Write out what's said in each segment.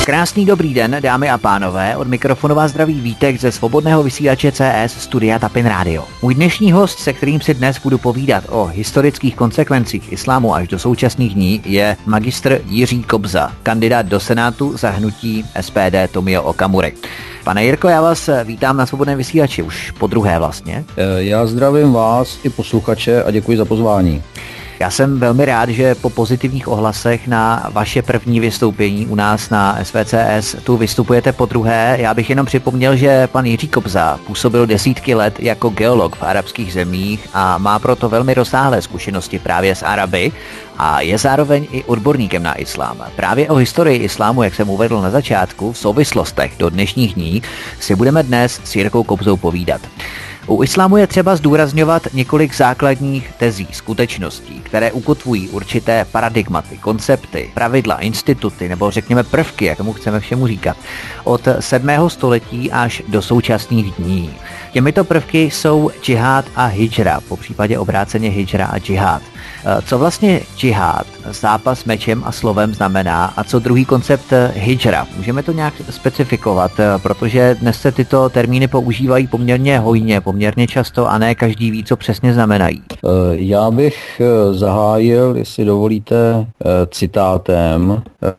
Krásný dobrý den, dámy a pánové, od mikrofonu vás zdraví Vítek ze svobodného vysílače CS Studia Tapin Radio. Můj dnešní host, se kterým si dnes budu povídat o historických konsekvencích islámu až do současných dní, je magistr Jiří Kobza, kandidát do Senátu za hnutí SPD Tomio Okamury. Pane Jirko, já vás vítám na svobodném vysílači, už po druhé vlastně. Já zdravím vás i posluchače a děkuji za pozvání. Já jsem velmi rád, že po pozitivních ohlasech na vaše první vystoupení u nás na SVCS tu vystupujete po druhé. Já bych jenom připomněl, že pan Jiří Kobza působil desítky let jako geolog v arabských zemích a má proto velmi rozsáhlé zkušenosti právě s Araby a je zároveň i odborníkem na islám. Právě o historii islámu, jak jsem uvedl na začátku, v souvislostech do dnešních dní si budeme dnes s Jirkou Kobzou povídat. U islámu je třeba zdůrazňovat několik základních tezí, skutečností, které ukotvují určité paradigmaty, koncepty, pravidla, instituty nebo řekněme prvky, jak tomu chceme všemu říkat, od 7. století až do současných dní. Těmito prvky jsou džihád a hidžra, popřípadě obráceně hidžra a džihád. Co vlastně džihád, zápas mečem a slovem znamená a co druhý koncept hidžra? Můžeme to nějak specifikovat, protože dnes se tyto termíny používají poměrně hojně, poměrně často a ne každý ví, co přesně znamenají. Já bych zahájil, jestli dovolíte, citátem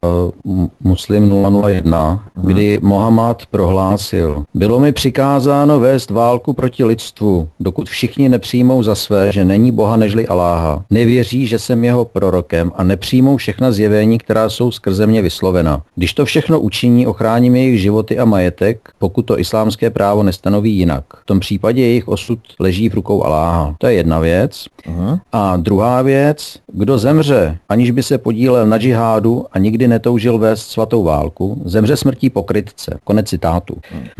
Muslim 001, kdy Mohammad prohlásil: bylo mi přikázáno vést válku proti lidstvu, dokud všichni nepřijmou za své, že není Boha nežli Aláha. Nevěří, že jsem jeho prorokem a nepřijmou všechna zjevení, která jsou skrze mě vyslovena. Když to všechno učiní, ochráním jejich životy a majetek, pokud to islámské právo nestanoví jinak. V tom případě jejich osud leží v rukou Aláha. To je jedna věc. A druhá věc, kdo zemře, aniž by se podílel na džihádu a nikdy netoužil vést svatou válku, zemře smrtí pokrytce. Konec citátu.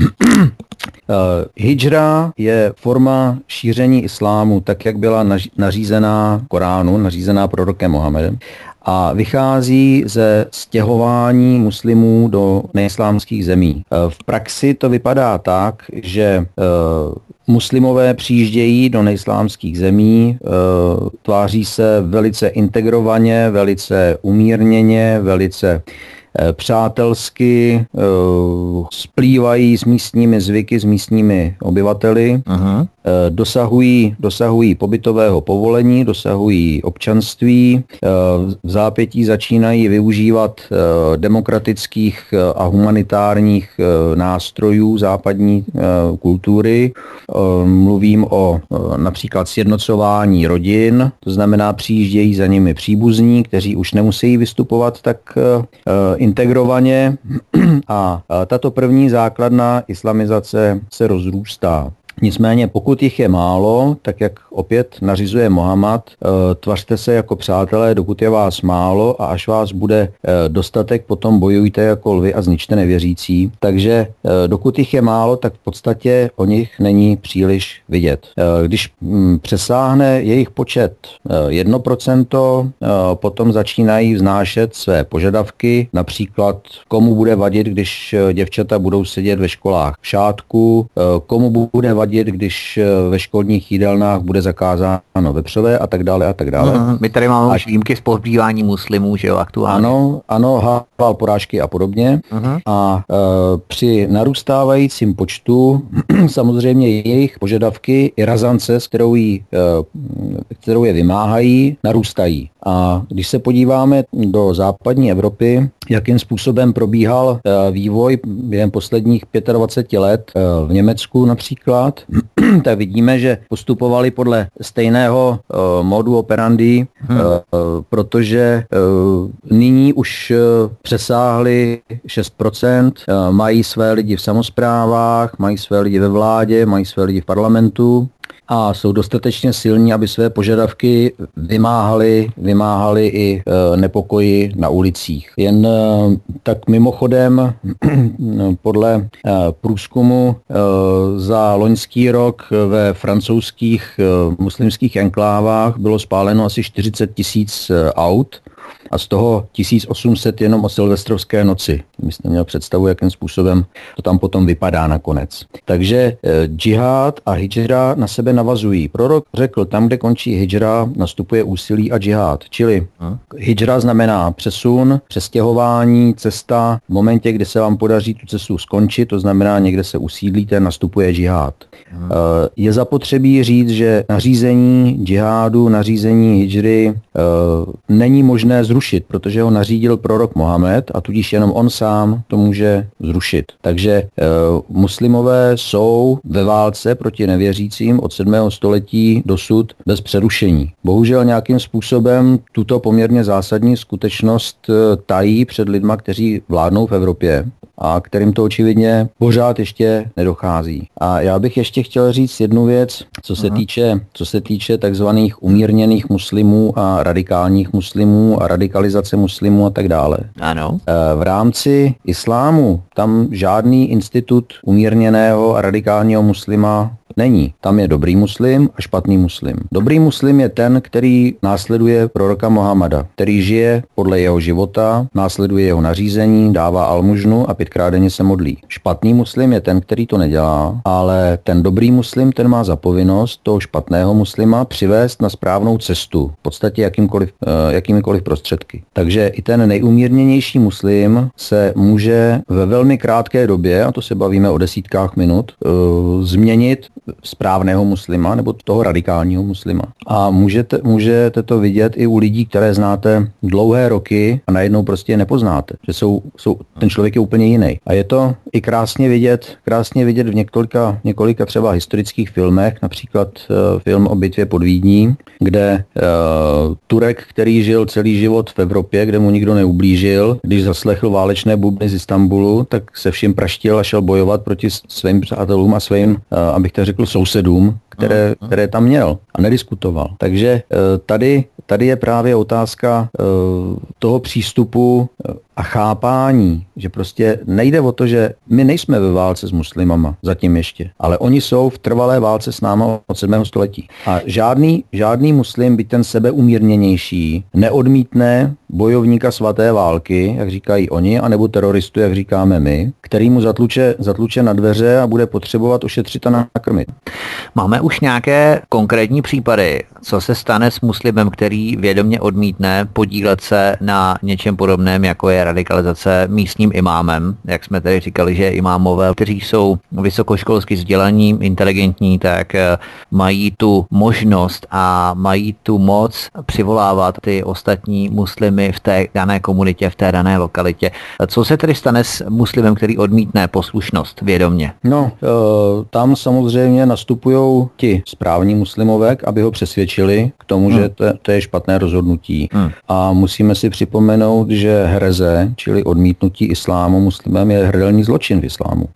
Hidžra je forma šíření islámu, tak jak byla nařízená Koránu, nařízená prorokem Mohamedem, a vychází ze stěhování muslimů do neislámských zemí. V praxi to vypadá tak, že muslimové přijíždějí do neislámských zemí, tváří se velice integrovaně, velice umírněně, velice přátelsky, splývají s místními zvyky, s místními obyvateli, dosahují pobytového povolení, dosahují občanství, v zápětí začínají využívat demokratických a humanitárních nástrojů západní kultury. Mluvím o například sjednocování rodin, to znamená přijíždějí za nimi příbuzní, kteří už nemusí vystupovat tak integrovaně a tato první základna islamizace se rozrůstá. Nicméně pokud jich je málo, tak jak opět nařizuje Mohammad, tvařte se jako přátelé, dokud je vás málo a až vás bude dostatek, potom bojujte jako lvi a zničte nevěřící. Takže dokud jich je málo, tak v podstatě o nich není příliš vidět. Když přesáhne jejich počet 1%, potom začínají vznášet své požadavky, například komu bude vadit, když děvčata budou sedět ve školách v šátku, komu bude vadit, když ve školních jídelnách bude zakázáno vepřové a tak dále a tak dále. My tady máme už výjimky z pohřbívání muslimů, že jo, aktuálně. Ano, halal porážky a podobně. A při narůstávajícím počtu samozřejmě jejich požadavky i razance, s kterou je vymáhají, narůstají. A když se podíváme do západní Evropy, jakým způsobem probíhal vývoj během posledních 25 let v Německu například, tak vidíme, že postupovali podle stejného modu operandi, protože nyní už přesáhli 6%, mají své lidi v samosprávách, mají své lidi ve vládě, mají své lidi v parlamentu a jsou dostatečně silní, aby své požadavky vymáhali i nepokoji na ulicích. Jen tak mimochodem podle průzkumu za loňský rok ve francouzských muslimských enklávách bylo spáleno asi 40 000 aut a z toho 1800 jenom o silvestrovské noci. Myslím, měl představu, jakým způsobem to tam potom vypadá nakonec. Takže džihad a hidžra na sebe navazují. Prorok řekl, tam, kde končí hidžra, nastupuje úsilí a džihad. Čili hidžra znamená přesun, přestěhování, cesta. V momentě, kdy se vám podaří tu cestu skončit, to znamená, někde se usídlíte, nastupuje džihad. Je zapotřebí říct, že nařízení džihádu, nařízení hidžry není možné zrušit, protože ho nařídil prorok Mohamed a tudíž jenom on sám to může zrušit. Takže muslimové jsou ve válce proti nevěřícím od 7. století dosud bez přerušení. Bohužel nějakým způsobem tuto poměrně zásadní skutečnost tají před lidma, kteří vládnou v Evropě a kterým to očividně pořád ještě nedochází. A já bych ještě chtěl říct jednu věc, co se týče takzvaných umírněných muslimů a radikálních muslimů a radikalizace muslimů a tak dále. Ano. V rámci islámu tam žádný institut umírněného a radikálního muslima není. Tam je dobrý muslim a špatný muslim. Dobrý muslim je ten, který následuje proroka Mohameda, který žije podle jeho života, následuje jeho nařízení, dává almužnu a 5krát denně se modlí. Špatný muslim je ten, který to nedělá, ale ten dobrý muslim, ten má za povinnost toho špatného muslima přivést na správnou cestu, v podstatě jakýmikoliv prostředky. Takže i ten nejumírněnější muslim se může ve velmi krátké době, a to se bavíme o desítkách minut, změnit správného muslima nebo toho radikálního muslima. A můžete to vidět i u lidí, které znáte dlouhé roky a najednou prostě je nepoznáte, že ten člověk je úplně jiný. A je to i krásně vidět v několika třeba historických filmech, například film o bitvě pod Vídní, kde Turek, který žil celý život v Evropě, kde mu nikdo neublížil, když zaslechl válečné bubny z Istanbulu, tak se vším praštil a šel bojovat proti svým přátelům a svým, abych to řekl, sousedům, které tam měl a nediskutoval. Takže tady je právě otázka toho přístupu a chápání, že prostě nejde o to, že my nejsme ve válce s muslimama zatím ještě, ale oni jsou v trvalé válce s náma od 7. století. A žádný muslim, byť ten sebeumírněnější, neodmítne bojovníka svaté války, jak říkají oni, anebo teroristu, jak říkáme my, který mu zatluče na dveře a bude potřebovat ošetřit a nakrmit. Máme už nějaké konkrétní případy, co se stane s muslimem, který vědomě odmítne podílet se na něčem podobném, jako je radikalizace místním imámem, jak jsme tady říkali, že imámové, kteří jsou vysokoškolsky vzdělaní, inteligentní, tak mají tu možnost a mají tu moc přivolávat ty ostatní muslimy v té dané komunitě, v té dané lokalitě. Co se tedy stane s muslimem, který odmítne poslušnost vědomě? No, tam samozřejmě nastupují ti správní muslimové, aby ho přesvědčili k tomu, že to je špatné rozhodnutí. A musíme si připomenout, že hereze, čili odmítnutí islámu muslimem, je hrdelní zločin v islámu.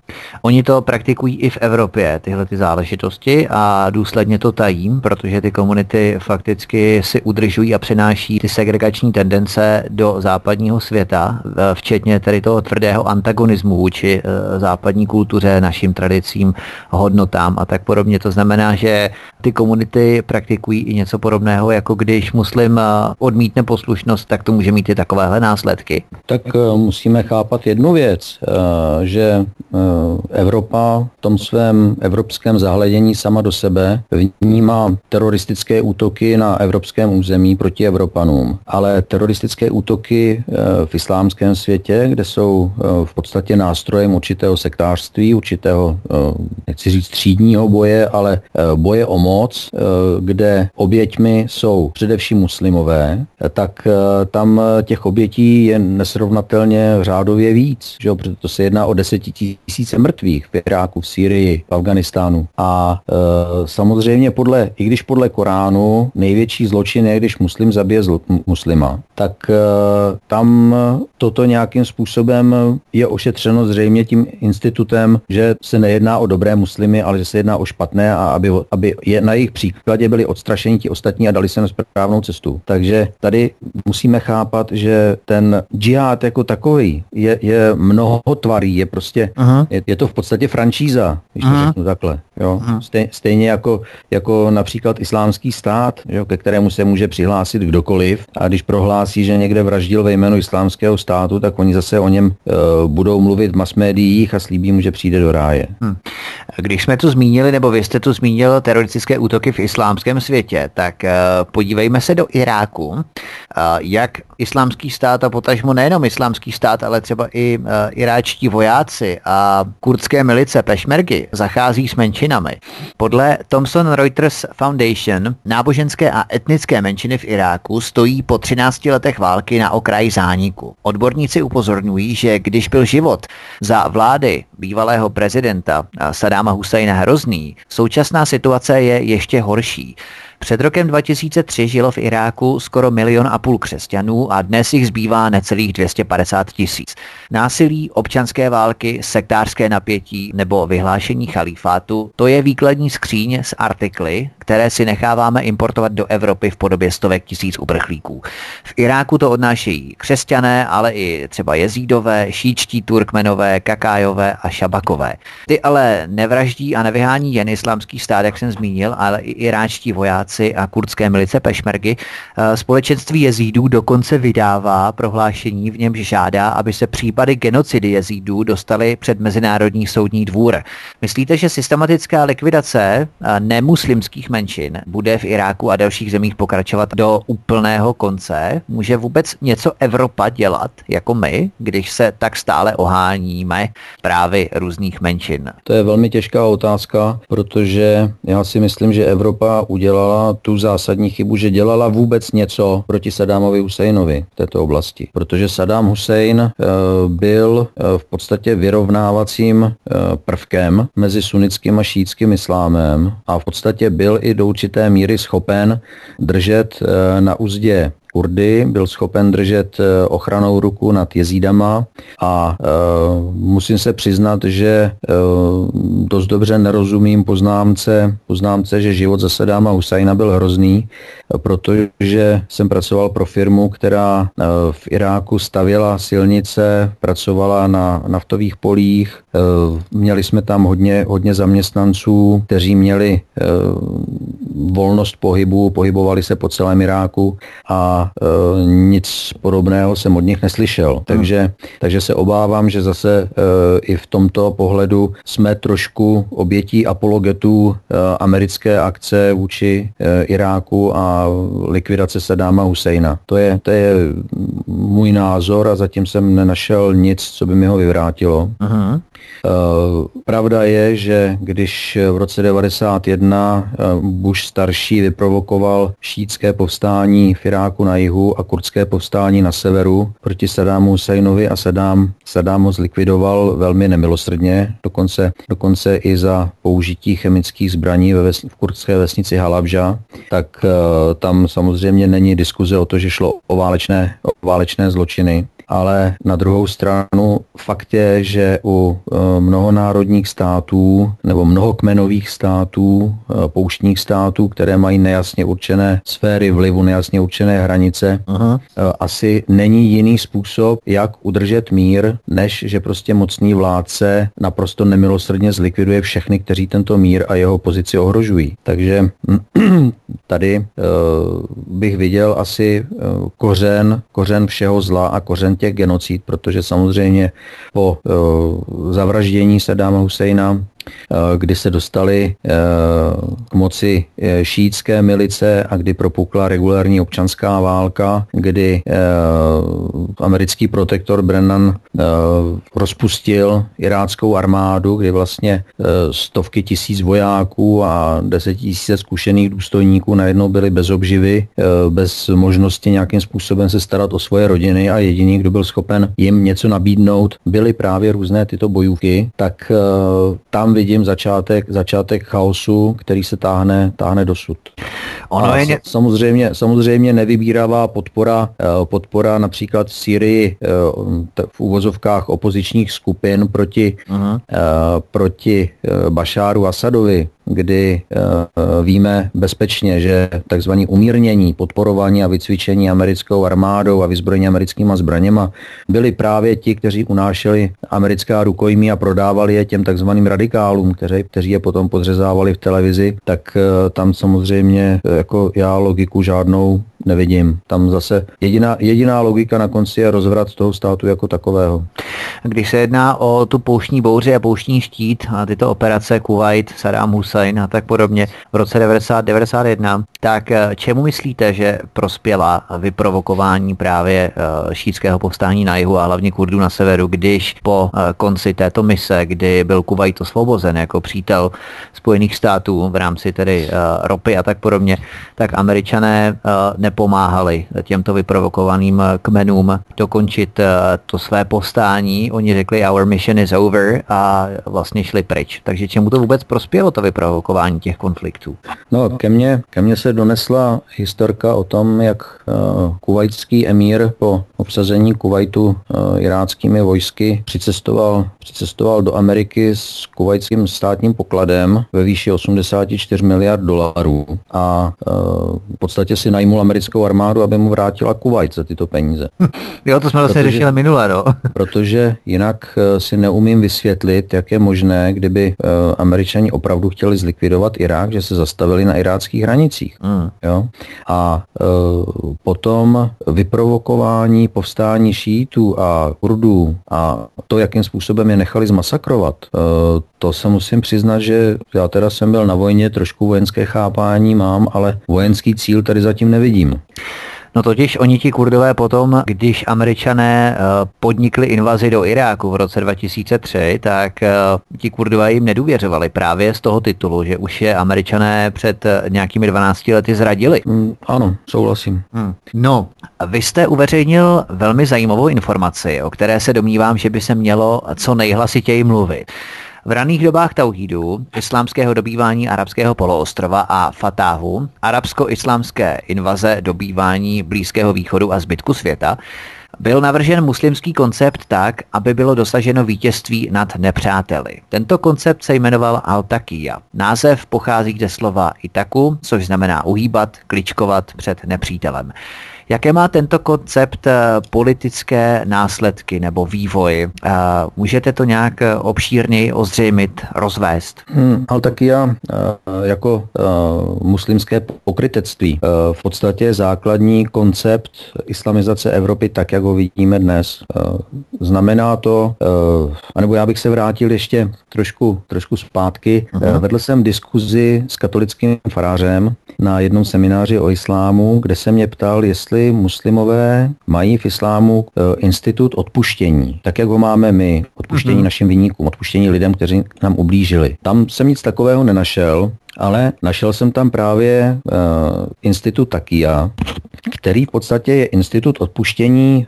Oni to praktikují i v Evropě, tyhle ty záležitosti, a důsledně to tají, protože ty komunity fakticky si udržují a přenáší ty segregační tendence do západního světa, včetně tedy toho tvrdého antagonismu vůči západní kultuře, našim tradicím, hodnotám a tak podobně. To znamená, že ty komunity praktikují i něco podobného, jako když muslim odmítne poslušnost, tak to může mít i takovéhle následky. Tak musíme chápat jednu věc, že Evropa v tom svém evropském zahledění sama do sebe vnímá teroristické útoky na evropském území proti Evropanům, ale teroristické útoky v islámském světě, kde jsou v podstatě nástrojem určitého sektářství, určitého, nechci říct třídního boje, ale boje o moc, kde oběťmi jsou především muslimové, tak tam těch obětí je nesrovnatelně řádově víc, že jo? Protože to se jedná o 10 000 mrtvých v Iráku, v Sýrii, v Afghánistánu. A samozřejmě i když podle Koránu největší zločin je, když muslim zabije muslima, tak tam toto nějakým způsobem je ošetřeno zřejmě tím institutem, že se nejedná o dobré muslimy, ale že se jedná o špatné a aby na jejich příkladě byli odstrašeni ti ostatní a dali se na správnou cestu. Takže tady musíme chápat, že ten džihad jako takový je mnohotvarý, je prostě, je to v podstatě franšíza víza, když to řeknu takhle. Jo? Stejně jako například Islámský stát, jo, ke kterému se může přihlásit kdokoliv, a když prohlásí, že někde vraždil ve jménu Islámského státu, tak oni zase o něm budou mluvit v masmédiích a slíbí mu, že přijde do ráje. Když jsme tu zmínili, nebo vy jste tu zmínil teroristické útoky v islámském světě, tak podívejme se do Iráku, jak Islámský stát a potažmo nejenom Islámský stát, ale třeba i iráčtí vojáci a kurdské milice pešmergy zachází s menšinami. Podle Thomson Reuters Foundation náboženské a etnické menšiny v Iráku stojí po 13 letech války na okraji zániku. Odborníci upozorňují, že když byl život za vlády bývalého prezidenta Saddáma Husajna hrozný, současná situace je ještě horší. Před rokem 2003 žilo v Iráku skoro 1,5 milionu křesťanů a dnes jich zbývá necelých 250 000. Násilí, občanské války, sektářské napětí nebo vyhlášení chalífátu, to je výkladní skříň s artikly, které si necháváme importovat do Evropy v podobě stovek tisíc uprchlíků. V Iráku to odnášejí křesťané, ale i třeba jezídové, šíčtí Turkmenové, kakájové a šabakové. Ty ale nevraždí a nevyhání jen Islámský stát, jak jsem zmínil, ale i iráčtí vojáci a kurdské milice pešmergy. Společenství jezídů dokonce vydává prohlášení, v němž žádá, aby se případy genocidy jezídů dostaly před Mezinárodní soudní dvůr. Myslíte, že systematická likvidace nemuslimských menšin bude v Iráku a dalších zemích pokračovat do úplného konce? Může vůbec něco Evropa dělat jako my, když se tak stále oháníme právě různých menšin? To je velmi těžká otázka, protože já si myslím, že Evropa udělala tu zásadní chybu, že dělala vůbec něco proti Saddámovi Husajnovi v této oblasti. Protože Saddám Husajn byl v podstatě vyrovnávacím prvkem mezi sunnickým a šítským islámem a v podstatě byl i do určité míry schopen držet na uzdě Kurdy, byl schopen držet ochranou ruku nad jezídama a musím se přiznat, že dost dobře nerozumím poznámce, že život za Saddáma Husajna byl hrozný, protože jsem pracoval pro firmu, která v Iráku stavěla silnice, pracovala na naftových polích, měli jsme tam hodně zaměstnanců, kteří měli volnost pohybu, pohybovali se po celém Iráku a nic podobného jsem od nich neslyšel. Takže se obávám, že zase i v tomto pohledu jsme trošku obětí apologetů americké akce vůči Iráku a likvidace Saddáma Husajna. To je můj názor a zatím jsem nenašel nic, co by mi ho vyvrátilo. Uh-huh. Pravda je, že když v roce 1991 Bush starší vyprovokoval šítské povstání v Iráku na jihu a kurdské povstání na severu proti Saddámu Husajnovi a Saddám ho zlikvidoval velmi nemilosrdně, dokonce i za použití chemických zbraní v kurdské vesnici Halabža, tak tam samozřejmě není diskuze o to, že šlo o válečné zločiny. Ale na druhou stranu fakt je, že u mnohonárodních států nebo mnohokmenových států, pouštních států, které mají nejasně určené sféry vlivu, nejasně určené hranice, asi není jiný způsob, jak udržet mír, než že prostě mocný vládce naprosto nemilosrdně zlikviduje všechny, kteří tento mír a jeho pozici ohrožují. Takže tady bych viděl asi kořen všeho zla a kořen těch genocid, protože samozřejmě po zavraždění Saddáma Husajna, kdy se dostali k moci šíitské milice a kdy propukla regulární občanská válka, kdy americký protektor Brennan rozpustil iráckou armádu, kdy vlastně stovky tisíc vojáků a 10 000 zkušených důstojníků najednou byli bez obživy, bez možnosti nějakým způsobem se starat o svoje rodiny a jediný, kdo byl schopen jim něco nabídnout, byly právě různé tyto bojůvky, tak tam vidím začátek chaosu, který se táhne dosud. Samozřejmě nevybíravá podpora například v Sýrii v uvozovkách opozičních skupin proti Bašáru Asadovi kdy víme bezpečně, že takzvané umírnění, podporování a vycvičení americkou armádou a vyzbrojení americkýma zbraněma byli právě ti, kteří unášeli americká rukojmí a prodávali je těm takzvaným radikálům, kteří je potom podřezávali v televizi, tak tam samozřejmě jako já logiku žádnou nevidím. Tam zase jediná logika na konci je rozvrat toho státu jako takového. Když se jedná o tu pouštní bouři a pouštní štít a tyto operace Kuvajt, Saddam Hussein a tak podobně v roce 1991, tak čemu myslíte, že prospěla vyprovokování právě šítského povstání na jihu a hlavně Kurdů na severu, když po konci této mise, kdy byl Kuvajt osvobozen jako přítel Spojených států v rámci tedy ropy a tak podobně, tak Američané nepomáhali těmto vyprovokovaným kmenům dokončit to své povstání. Oni řekli our mission is over a vlastně šli pryč. Takže čemu to vůbec prospělo, to vyprovokování těch konfliktů? No, ke mně se donesla historka o tom, jak kuvajtský emír po obsazení Kuvajtu iráckými vojsky přicestoval do Ameriky s kuvajtským státním pokladem ve výši 84 miliard dolarů a v podstatě si najmul americkou armádu, aby mu vrátila Kuvajt za tyto peníze. Jo, to jsme vlastně řešili minule, no. Protože jinak si neumím vysvětlit, jak je možné, kdyby Američani opravdu chtěli zlikvidovat Irák, že se zastavili na iráckých hranicích. Jo? A potom vyprovokování povstání šítů a Kurdů a to, jakým způsobem je nechali zmasakrovat, to se musím přiznat, že já teda jsem byl na vojně, trošku vojenské chápání mám, ale vojenský cíl tady zatím nevidím. No totiž oni ti Kurdové potom, když Američané podnikli invazi do Iráku v roce 2003, tak ti Kurdové jim nedůvěřovali právě z toho titulu, že už je Američané před nějakými 12 lety zradili. Ano, souhlasím. No, vy jste uveřejnil velmi zajímavou informaci, o které se domnívám, že by se mělo co nejhlasitěji mluvit. V raných dobách tauhídu, islámského dobývání arabského poloostrova a Fatáhu, arabsko-islámské invaze dobývání Blízkého východu a zbytku světa, byl navržen muslimský koncept tak, aby bylo dosaženo vítězství nad nepřáteli. Tento koncept se jmenoval Al-Taqiyya. Název pochází ze slova itaku, což znamená uhýbat, kličkovat před nepřítelem. Jaké má tento koncept politické následky nebo vývoj? Můžete to nějak obšírněji ozřejmit, rozvést? Al-Taqiyya jako muslimské pokrytectví v podstatě je základní koncept islamizace Evropy tak, jak ho vidíme dnes. Znamená to, anebo já bych se vrátil ještě trošku zpátky. Vedl jsem diskuzi s katolickým farářem na jednom semináři o islámu, kde se mě ptal, jestli muslimové mají v islámu institut odpuštění, tak jak ho máme my, odpuštění našim viníkům, odpuštění lidem, kteří nám ublížili. Tam jsem nic takového nenašel, ale našel jsem tam právě institut Taqiyya, který v podstatě je institut odpuštění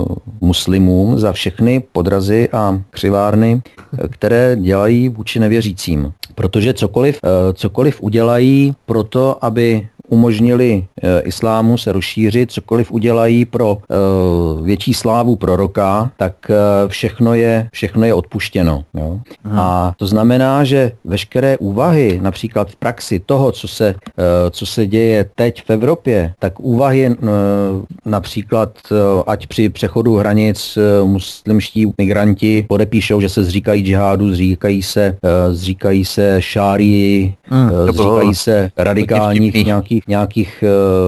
muslimům za všechny podrazy a křivárny, které dělají vůči nevěřícím. Protože cokoliv udělají pro to, aby umožnili islámu se rozšířit, cokoliv udělají pro větší slávu proroka, tak všechno je odpuštěno. Jo? A to znamená, že veškeré úvahy, například v praxi toho, co se děje teď v Evropě, tak úvahy například, ať při přechodu hranic muslimští migranti podepíšou, že se zříkají džihádu, zříkají se šárii, zříkají se radikálních nějakých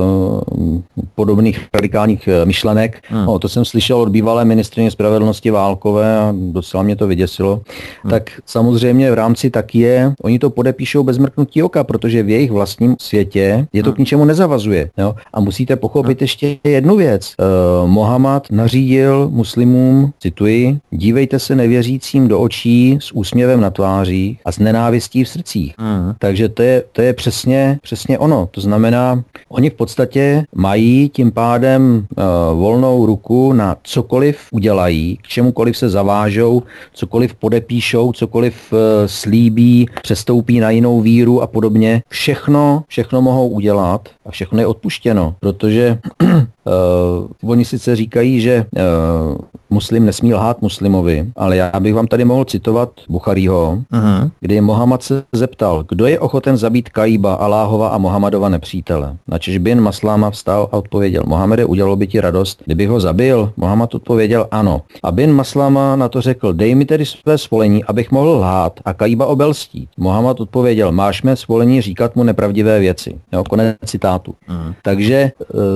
podobných radikálních myšlenek. No, to jsem slyšel od bývalé ministryně spravedlnosti Válkové a docela mě to vyděsilo. Tak samozřejmě v rámci Taqiyy oni to podepíšou bez mrknutí oka, protože v jejich vlastním světě je to k ničemu nezavazuje. Jo? A musíte pochopit ještě jednu věc. Mohamed nařídil muslimům, cituji, dívejte se nevěřícím do očí s úsměvem na tváři a s nenávistí v srdcích. Takže to je přesně ono. To znamená, oni v podstatě mají tím pádem volnou ruku na cokoliv udělají, k čemukoliv se zavážou, cokoliv podepíšou, cokoliv slíbí, přestoupí na jinou víru a podobně. Všechno mohou udělat a všechno je odpuštěno, protože Oni sice říkají, že muslim nesmí lhát muslimovi, ale já bych vám tady mohl citovat Bucharího, kdy Mohamed se zeptal, kdo je ochoten zabít Kaíba, Aláhova a Mohamedova nepřítele. Načež bin Masláma vstal a odpověděl, Mohamede, udělalo by ti radost, kdybych ho zabil? Mohamed odpověděl ano. A bin Masláma na to řekl, dej mi tedy své svolení, abych mohl lhát a Kaíba obelstít. Mohamed odpověděl, máš mé svolení říkat mu nepravdivé věci. Jo, konec citátu. Takže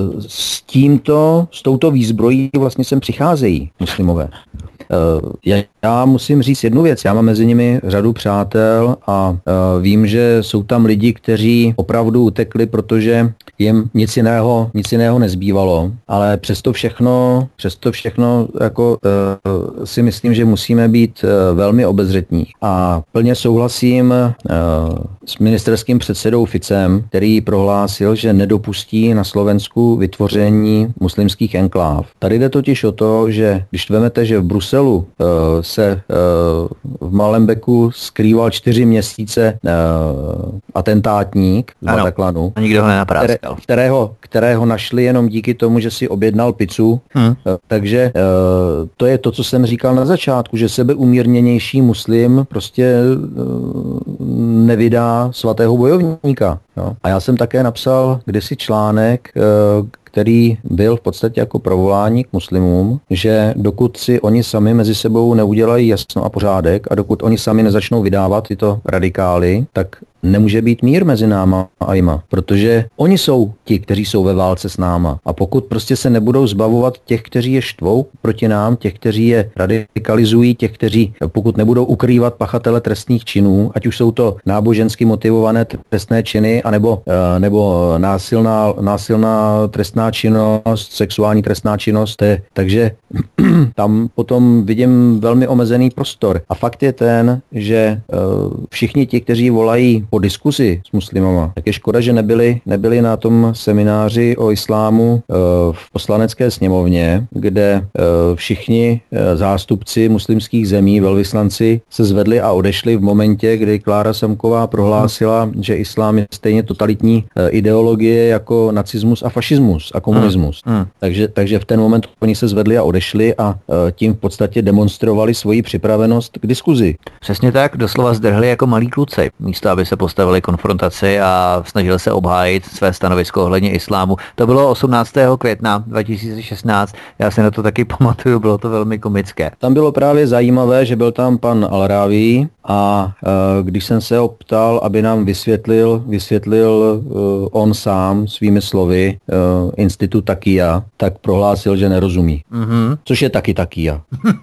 s touto výzbrojí vlastně sem přicházejí muslimové. Já musím říct jednu věc, já mám mezi nimi řadu přátel a vím, že jsou tam lidi, kteří opravdu utekli, protože jim nic jiného nezbývalo, ale přesto všechno jako si myslím, že musíme být velmi obezřetní a plně souhlasím s ministerským předsedou Ficem, který prohlásil, že nedopustí na Slovensku vytvoření muslimských enkláv. Tady jde totiž o to, že když vemete, že v Bruselu se v Malembeku skrýval 4 měsíce atentátník z Bataclanu, nikdo ho nenapráskal. Kterého našli jenom díky tomu, že si objednal pizzu. Takže to je to, co jsem říkal na začátku, že sebeumírněnější muslim prostě nevydá svatého bojovníka. Jo. A já jsem také napsal kdysi článek, který byl v podstatě jako provolání k muslimům, že dokud si oni sami mezi sebou neudělají jasno a pořádek a dokud oni sami nezačnou vydávat tyto radikály, tak nemůže být mír mezi náma a jima, protože oni jsou ti, kteří jsou ve válce s náma. A pokud prostě se nebudou zbavovat těch, kteří je štvou proti nám, těch, kteří je radikalizují, těch, kteří pokud nebudou ukrývat pachatele trestných činů, ať už jsou to nábožensky motivované trestné činy, nebo násilná trestná činnost, sexuální trestná činnost, takže tam potom vidím velmi omezený prostor. A fakt je ten, že všichni ti, kteří volají po diskuzi s muslimama, tak je škoda, že nebyli na tom semináři o islámu v poslanecké sněmovně, kde všichni zástupci muslimských zemí, velvyslanci se zvedli a odešli v momentě, kdy Klára Semková prohlásila, že islám je stejně totalitní ideologie jako nacismus a fašismus a komunismus. Takže v ten moment oni se zvedli a odešli a tím v podstatě demonstrovali svoji připravenost k diskuzi. Přesně tak, doslova zdrhli jako malí kluci, místo aby se postavili konfrontaci a snažili se obhájit své stanovisko ohledně islámu. To bylo 18. května 2016, já si na to taky pamatuju, bylo to velmi komické. Tam bylo právě zajímavé, že byl tam pan Al-Ráví a když jsem se ho ptal, aby nám vysvětlil on sám svými slovy institut Takia, tak prohlásil, že nerozumí. Což je taky Takia.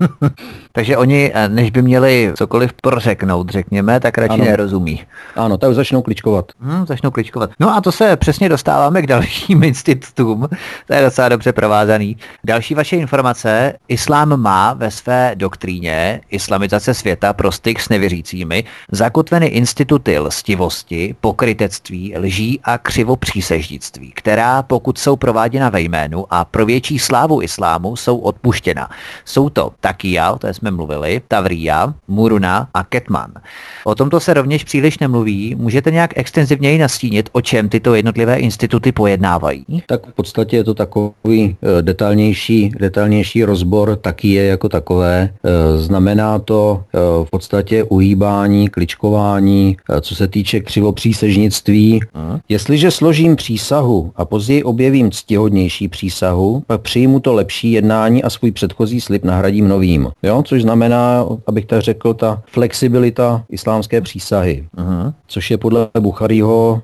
Takže oni, než by měli cokoliv prořeknout, řekněme, tak radši nerozumí. Ano, tak začnou kličkovat. Začnou kličkovat. No a to se přesně dostáváme k dalším institutům. To je docela dobře provázaný. Další vaše informace. Islám má ve své doktríně islamizace světa pro styk s nevěřícími zakotveny instituty lstivosti, pokrytectví, lží a křivopříseždictví, která, pokud jsou prováděna ve jménu a pro větší slávu islámu, jsou odpuštěna. Jsou to Takia, o té jsme mluvili, Tavriya, Muruna a Ketman. O tomto se rovněž příliš nemluví. Můžete nějak extenzivněji nastínit, o čem tyto jednotlivé instituty pojednávají? Tak v podstatě je to takový detailnější rozbor Takie jako takové. Znamená to v podstatě uhýbání, kličkování, co se týče křivopřísežnictví. Jestliže složím přísahu a později objevím ctihodnější přísahu, pak přijmu to lepší jednání a svůj předchozí slib nahradím novým. Jo? Což znamená, abych tak řekl, ta flexibilita islámské přísahy, což je podle Bucharího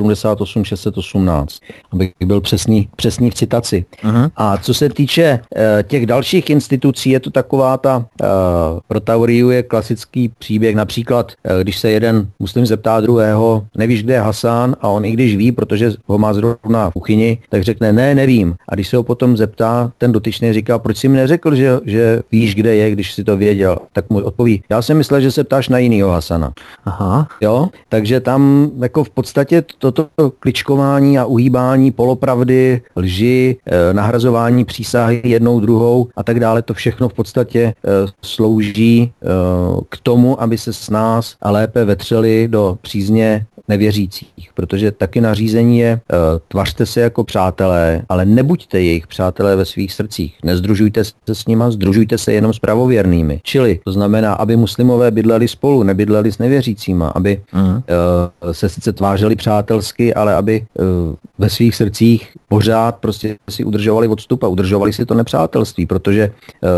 878-618, abych byl přesný v citaci. A co se týče těch dalších institucí, je to taková pro Tavriyu je klasický příběh, například, když se jeden muslim zeptá druhého, nevíš, kde je Hasan, a on i když ví, protože ho má zrovna v kuchyni, tak řekne, ne, nevím. A když se ho potom zeptá, ten dotyčný říká, proč jsi mi neřekl, že víš, kde je, když jsi to věděl, tak mu odpoví, já jsem myslel, že se ptáš na jinýho Hasana. Aha. Jo? Takže tam jako v podstatě toto kličkování a uhýbání polopravdy, lži, nahrazování přísahy jednou druhou a tak dále, to všechno v podstatě slouží k tomu, aby se s nás a lépe vetřeli do přízně nevěřících, protože taky nařízení je tvařte se jako přátelé, ale nebuďte jejich přátelé ve svých srdcích. Nezdružujte se s nima, združujte se jenom s pravověrnými. Čili to znamená, aby muslimové bydleli spolu, nebydleli s nevěřícíma, aby se sice tvářili přátelsky, ale aby ve svých srdcích pořád prostě si udržovali odstup a udržovali si to nepřátelství, protože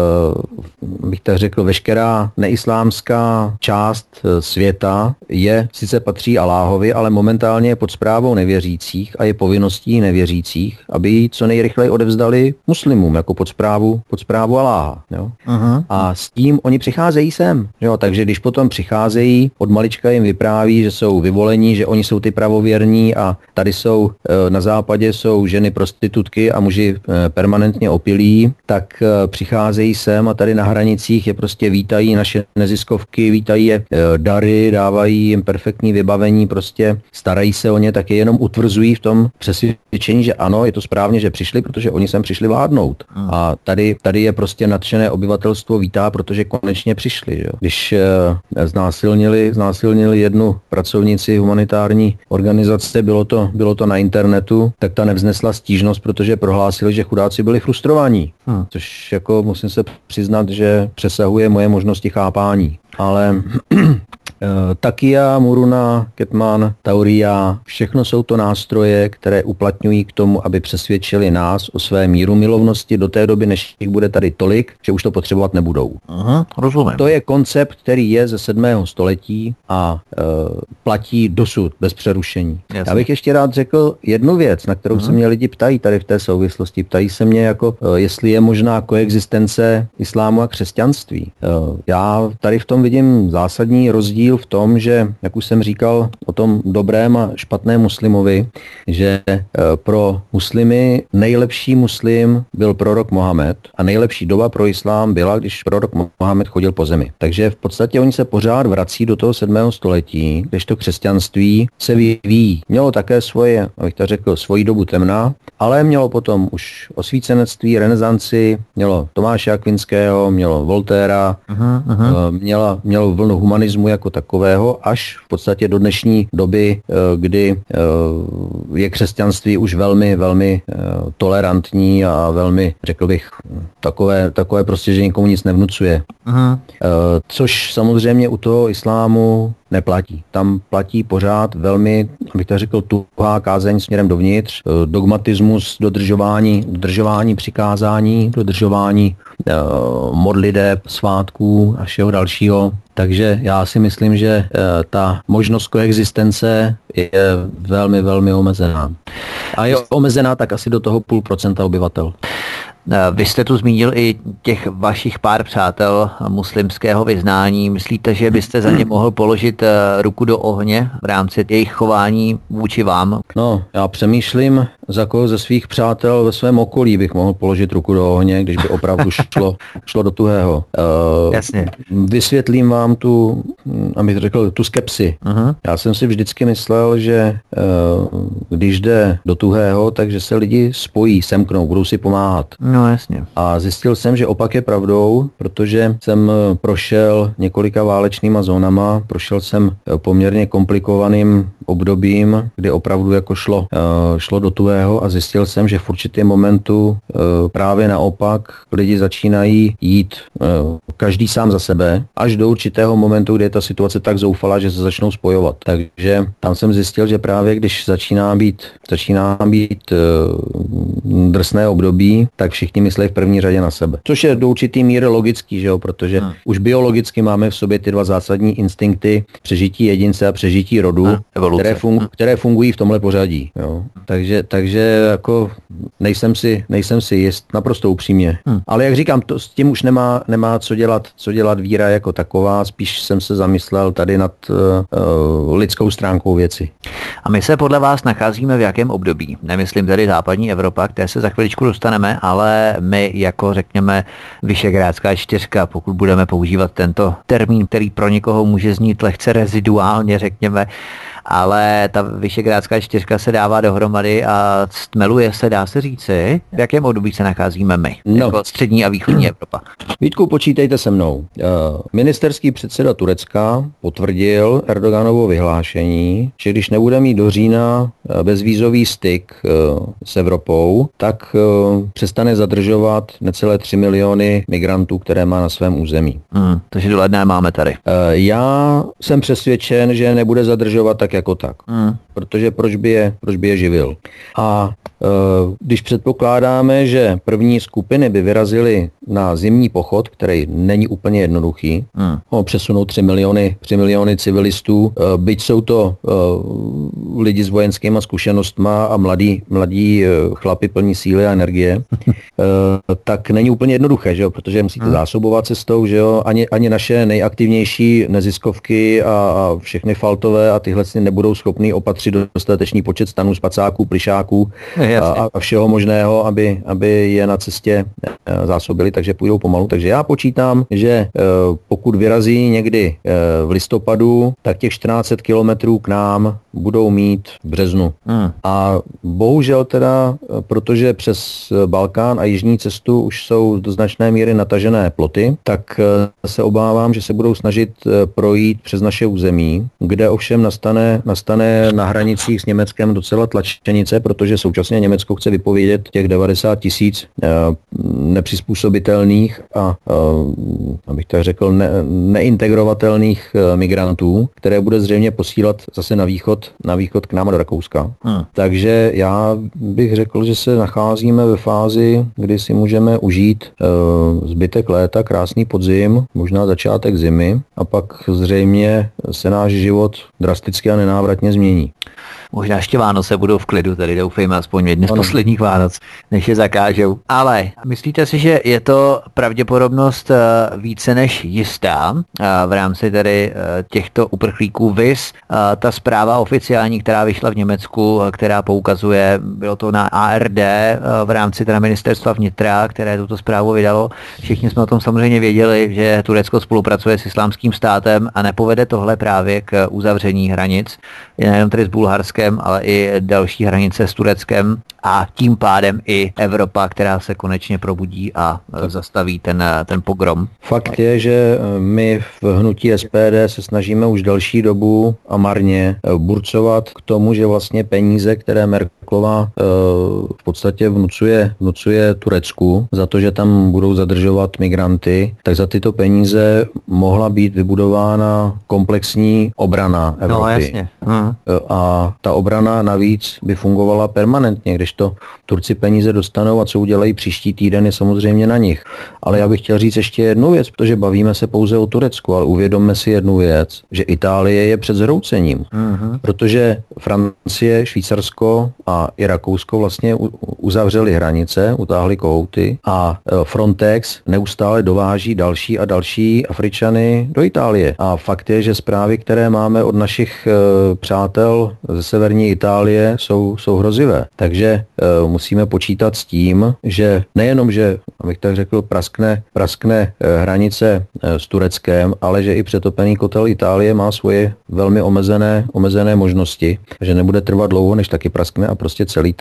bych tak řekl, veškerá neislámská část světa sice patří Alláhovi, ale momentálně je pod správou nevěřících a je povinností nevěřících, aby ji co nejrychleji odevzdali muslimům, jako pod správu Alláha. Jo? A s tím oni přicházejí sem. Jo? Takže když potom přicházejí, od malička jim vypráví, že jsou vyvolení, že oni jsou ty pravověrní a tady jsou na západě jsou ženy prostitutky a muži permanentně opilí, tak přicházejí sem a tady na hranicích je prostě vítají naše neziskovky, vítají je dary, dávají jim perfektní vybavení, prostě starají se o ně, tak je jenom utvrzují v tom přesvědčení, že ano, je to správně, že přišli, protože oni sem přišli vládnout. A tady je prostě nadšené obyvatelstvo vítá, protože konečně přišli. Jo. Když znásilnili jednu pracovnici humanitární organizace, bylo to na internetu, tak ta nevznesla stížnost, protože prohlásili, že chudáci byli frustrovaní. Což jako musím se přiznat, že přesahuje moje možnosti chápání. Ale Takia, Muruna, Ketman, Tauria, všechno jsou to nástroje, které uplatňují k tomu, aby přesvědčili nás o své míru milovnosti do té doby, než jich bude tady tolik, že už to potřebovat nebudou. Rozumím. To je koncept, který je ze 7. století a platí dosud bez přerušení. Jasně. Já bych ještě rád řekl jednu věc, na kterou se mě lidi ptají tady v té souvislosti. Ptají se mě, jako, jestli je možná koexistence islámu a křesťanství. Já tady v tom vidím zásadní rozdíl v tom, že, jak už jsem říkal o tom dobrém a špatném muslimovi, že pro muslimy nejlepší muslim byl prorok Mohamed a nejlepší doba pro islám byla, když prorok Mohamed chodil po zemi. Takže v podstatě oni se pořád vrací do toho 7. století, kdežto křesťanství se vyvíjí. Mělo také svoji dobu temna, ale mělo potom už osvícenectví, renesanci, mělo Tomáše Akvinského, mělo Voltaira, mělo vlnu humanismu jako takového, až v podstatě do dnešní doby, kdy je křesťanství už velmi, velmi tolerantní a velmi, řekl bych, takové prostě, že nikomu nic nevnucuje. Což samozřejmě u toho islámu neplatí. Tam platí pořád velmi, abych to řekl, tuhá kázeň směrem dovnitř, dogmatismus, dodržování přikázání, dodržování modliteb, svátků a všeho dalšího. Takže já si myslím, že ta možnost koexistence je velmi, velmi omezená. A je omezená tak asi do toho 0,5% obyvatel. Vy jste tu zmínil i těch vašich pár přátel muslimského vyznání. Myslíte, že byste za ně mohl položit ruku do ohně v rámci jejich chování vůči vám? No, já přemýšlím, za koho ze svých přátel ve svém okolí bych mohl položit ruku do ohně, když by opravdu šlo do tuhého. Jasně. Vysvětlím vám abych řekl, tu skepsi. Já jsem si vždycky myslel, že když jde do tuhého, takže se lidi spojí, semknou, budou si pomáhat. No jasně. A zjistil jsem, že opak je pravdou, protože jsem prošel několika válečnýma zónama, prošel jsem poměrně komplikovaným obdobím, kdy opravdu jako šlo do tuhého a zjistil jsem, že v určitém momentu právě naopak lidi začínají jít každý sám za sebe, až do určitého momentu, kdy je ta situace tak zoufalá, že se začnou spojovat. Takže tam jsem zjistil, že právě když začíná být drsné období, tak všichni myslí v první řadě na sebe. Což je do určitý míry logický, že jo, protože už biologicky máme v sobě ty dva zásadní instinkty přežití jedince a přežití rodu, které fungují v tomhle pořadí. Jo. Takže jako nejsem si jist, naprosto upřímně. Ale jak říkám, s tím už nemá co dělat víra jako taková, spíš jsem se zamyslel zamyslel tady nad lidskou stránkou věci. A my se podle vás nacházíme v jakém období? Nemyslím tady západní Evropa, které se za chviličku dostaneme, ale my jako řekněme Visegrádská čtyřka, pokud budeme používat tento termín, který pro někoho může znít lehce reziduálně, řekněme, ale ta Visegrádská čtyřka se dává dohromady a stmeluje se, dá se říci, v jakém období se nacházíme my, jako střední a východní Evropa. Vítku, počítejte se mnou. Ministerský předseda Turecka potvrdil Erdoganovo vyhlášení, že když nebude mít do října bezvízový styk s Evropou, tak přestane zadržovat necelé 3 miliony migrantů, které má na svém území. Takže do ledna máme tady. Já jsem přesvědčen, že nebude zadržovat tak jako tak. Protože proč by je živil? A když předpokládáme, že první skupiny by vyrazily na zimní pochod, který není úplně jednoduchý, přesunou 3 miliony civilistů, byť jsou to lidi s vojenskýma zkušenostma a mladí chlapi plní síly a energie, tak není úplně jednoduché, že jo? Protože musíte zásobovat cestou, že jo? Ani naše nejaktivnější neziskovky a všechny faltové a tyhle nebudou schopný opatřit dostatečný počet stanů, spacáků, plišáků a všeho možného, aby je na cestě zásobili, takže půjdou pomalu. Takže já počítám, že pokud vyrazí někdy v listopadu, tak těch 1400 kilometrů k nám budou mít v březnu. A bohužel teda, protože přes Balkán a jižní cestu už jsou do značné míry natažené ploty, tak se obávám, že se budou snažit projít přes naše území, kde ovšem nastane na hranicích s Německem docela tlačenice, protože současně Německo chce vypovědět těch 90 000 nepřizpůsobitelných a abych tak řekl neintegrovatelných migrantů, které bude zřejmě posílat zase na východ k nám do Rakouska. Takže já bych řekl, že se nacházíme ve fázi, kdy si můžeme užít zbytek léta, krásný podzim, možná začátek zimy a pak zřejmě se náš život drasticky a nenávratně změní. Možná ještě Vánoce budou v klidu, tady doufejme aspoň jedny z posledních Vánoc, než je zakážou. Ale myslíte si, že je to pravděpodobnost více než jistá v rámci tady těchto uprchlíků vis? Ta zpráva oficiální, která vyšla v Německu, která poukazuje, bylo to na ARD v rámci teda ministerstva vnitra, které tuto zprávu vydalo. Všichni jsme o tom samozřejmě věděli, že Turecko spolupracuje s Islámským státem a nepovede tohle právě k uzavření hranic, nejenom tedy s Bulharskem, ale i další hranice s Tureckem a tím pádem i Evropa, která se konečně probudí a zastaví ten pogrom. Fakt je, že my v hnutí SPD se snažíme už další dobu a marně burcovat k tomu, že vlastně peníze, které Merkelová v podstatě vnucuje Turecku za to, že tam budou zadržovat migranty, tak za tyto peníze mohla být vybudována komplexní obrana Evropy. No, jasně. A ta obrana navíc by fungovala permanentně, když to Turci peníze dostanou a co udělají příští týden je samozřejmě na nich. Ale já bych chtěl říct ještě jednu věc, protože bavíme se pouze o Turecku, ale uvědomme si jednu věc, že Itálie je před zhroucením, protože Francie, Švýcarsko a i Rakousko vlastně uzavřeli hranice, utáhli kohouty a Frontex neustále dováží další a další Afričany do Itálie. A fakt je, že zprávy, které máme od našich přátel ze severní Itálie, jsou hrozivé. Takže musíme počítat s tím, že nejenom, že, abych tak řekl, praskne hranice s Tureckem, ale že i přetopený kotel Itálie má svoje velmi omezené možnosti, že nebude trvat dlouho, než taky praskne a prostě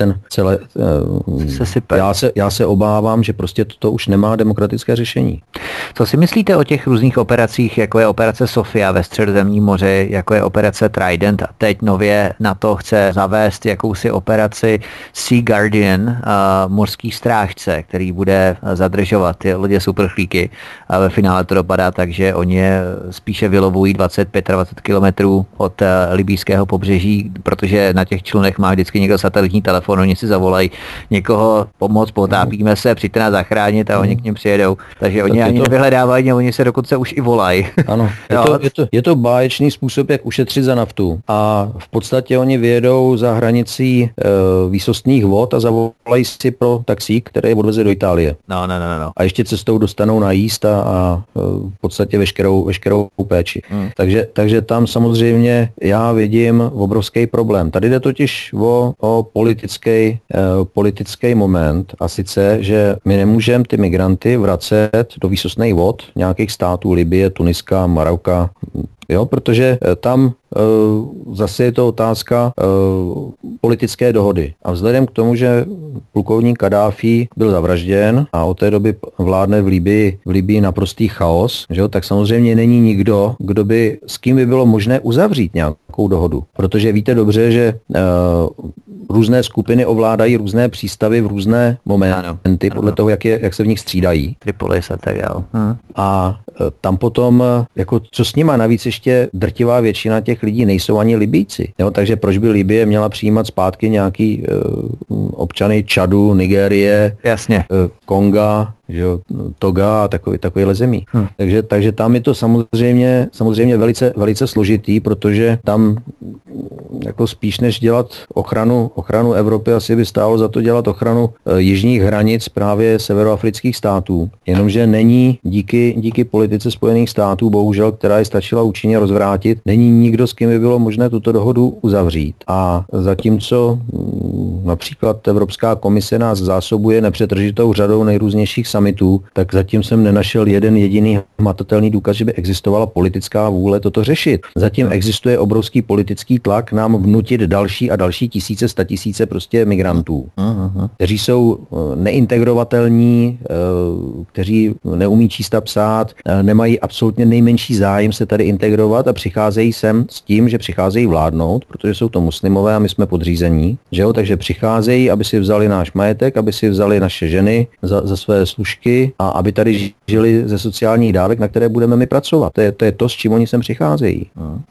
já se obávám, že prostě toto už nemá demokratické řešení. Co si myslíte o těch různých operacích, jako je operace Sofia ve Středozemním moři, jako je operace Trident a teď nově NATO chce zavést jakousi operaci Sea Guardian, mořský strážce, který bude zadržovat ty lodě z uprchlíky a ve finále to dopadá tak, že oni je spíše vylovují 25 kilometrů od libýského pobřeží, protože na těch člunech má vždycky někdo satelitní telefon, oni si zavolají někoho pomoct, potápíme se, přijďte nás zachránit a oni k nim přijedou. Takže oni ani nevyhledávají, oni se dokonce už i volají. Ano, je to báječný způsob, jak ušetřit za naftu. A v podstatě oni vyjedou za hranicí výsostných vod a zavolají si pro taxík, který je odveze do Itálie. No. A ještě cestou dostanou najíst a v podstatě veškerou péči. Takže tam samozřejmě já vidím obrovský problém. Tady jde totiž o politický moment, a sice, že my nemůžeme ty migranty vracet do výsostných vod nějakých států, Libye, Tuniska, Maroka, protože tam zase je to otázka politické dohody. A vzhledem k tomu, že plukovník Kaddáfí byl zavražděn a od té doby vládne v Libii naprostý chaos, tak samozřejmě není nikdo, s kým by bylo možné uzavřít nějakou dohodu. Protože víte dobře, že různé skupiny ovládají různé přístavy v různé momenty, podle toho, jak se v nich střídají. Tripolis a tak dále. A tam potom, co s nima, navíc ještě drtivá většina těch lidí nejsou ani Libijci. Takže proč by Libye měla přijímat zpátky nějaký občany Čadu, Nigérie, Konga, Toga a takovýhle zemí. Takže tam je to samozřejmě velice, velice složitý, protože tam spíš než dělat ochranu Evropy, asi by stálo za to dělat ochranu jižních hranic právě severoafrických států. Jenomže není díky politice Spojených států, bohužel, která je stačila účinně rozvrátit, není nikdo, s kým by bylo možné tuto dohodu uzavřít. A zatímco například Evropská komise nás zásobuje nepřetržitou řadou nejrůznějších summitů, tak zatím jsem nenašel jeden jediný hmatatelný důkaz, že by existovala politická vůle toto řešit. Zatím existuje obrovský politický tlak nám vnutit další a další tisíce, statisíce prostě migrantů, kteří jsou neintegrovatelní, kteří neumí číst a psát, nemají absolutně nejmenší zájem se tady integrovat a přicházejí sem s tím, že přicházejí vládnout, protože jsou to muslimové a my jsme podřízení, takže přicházejí, aby si vzali náš majetek, aby si vzali naše ženy za své služky a aby tady žili ze sociálních dávek, na které budeme my pracovat. To je to, s čím oni sem přicházejí.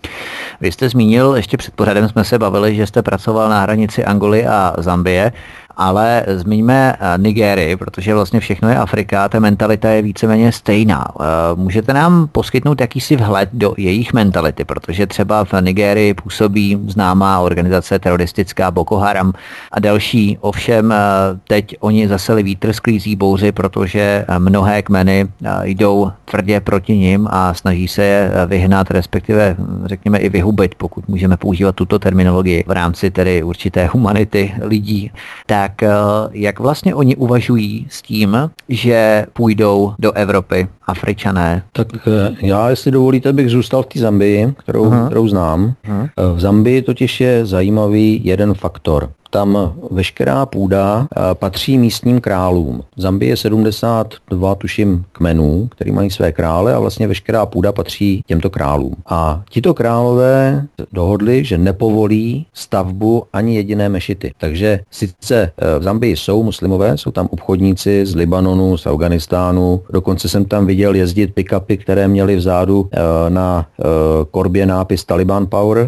Vy jste zmínil, ještě před pořadem jsme se bavili, že jste pracoval na hranici Angoly a Zambie, ale zmiňme Nigérii, protože vlastně všechno je Afrika, ta mentalita je víceméně stejná. Můžete nám poskytnout jakýsi vhled do jejich mentality, protože třeba v Nigérii působí známá organizace teroristická Boko Haram a další. Ovšem teď oni zaseli vítr, sklízí bouři, protože mnohé kmeny jdou tvrdě proti nim a snaží se je vyhnat, respektive řekněme i vyhubit, pokud můžeme používat tuto terminologii v rámci tedy určité humanity lidí. Tak jak vlastně oni uvažují s tím, že půjdou do Evropy, Afričané? Tak já, jestli dovolíte, bych zůstal v té Zambii, kterou znám. V Zambii totiž je zajímavý jeden faktor. Tam veškerá půda patří místním králům. V Zambii je 72, tuším, kmenů, který mají své krále a vlastně veškerá půda patří těmto králům. A tito králové dohodli, že nepovolí stavbu ani jediné mešity. Takže sice v Zambii jsou muslimové, jsou tam obchodníci z Libanonu, z Afganistánu, dokonce jsem tam viděl jezdit pick-upy, které měly vzadu na korbě nápis Taliban Power,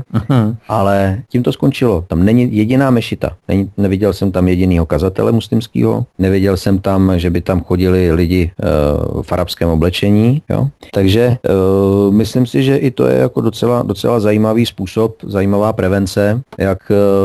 ale tím to skončilo. Tam není jediná mešita. Neviděl jsem tam jedinýho kazatele muslimského, neviděl jsem tam, že by tam chodili lidi v arabském oblečení. Jo? Takže myslím si, že i to je jako docela zajímavý způsob, zajímavá prevence, jak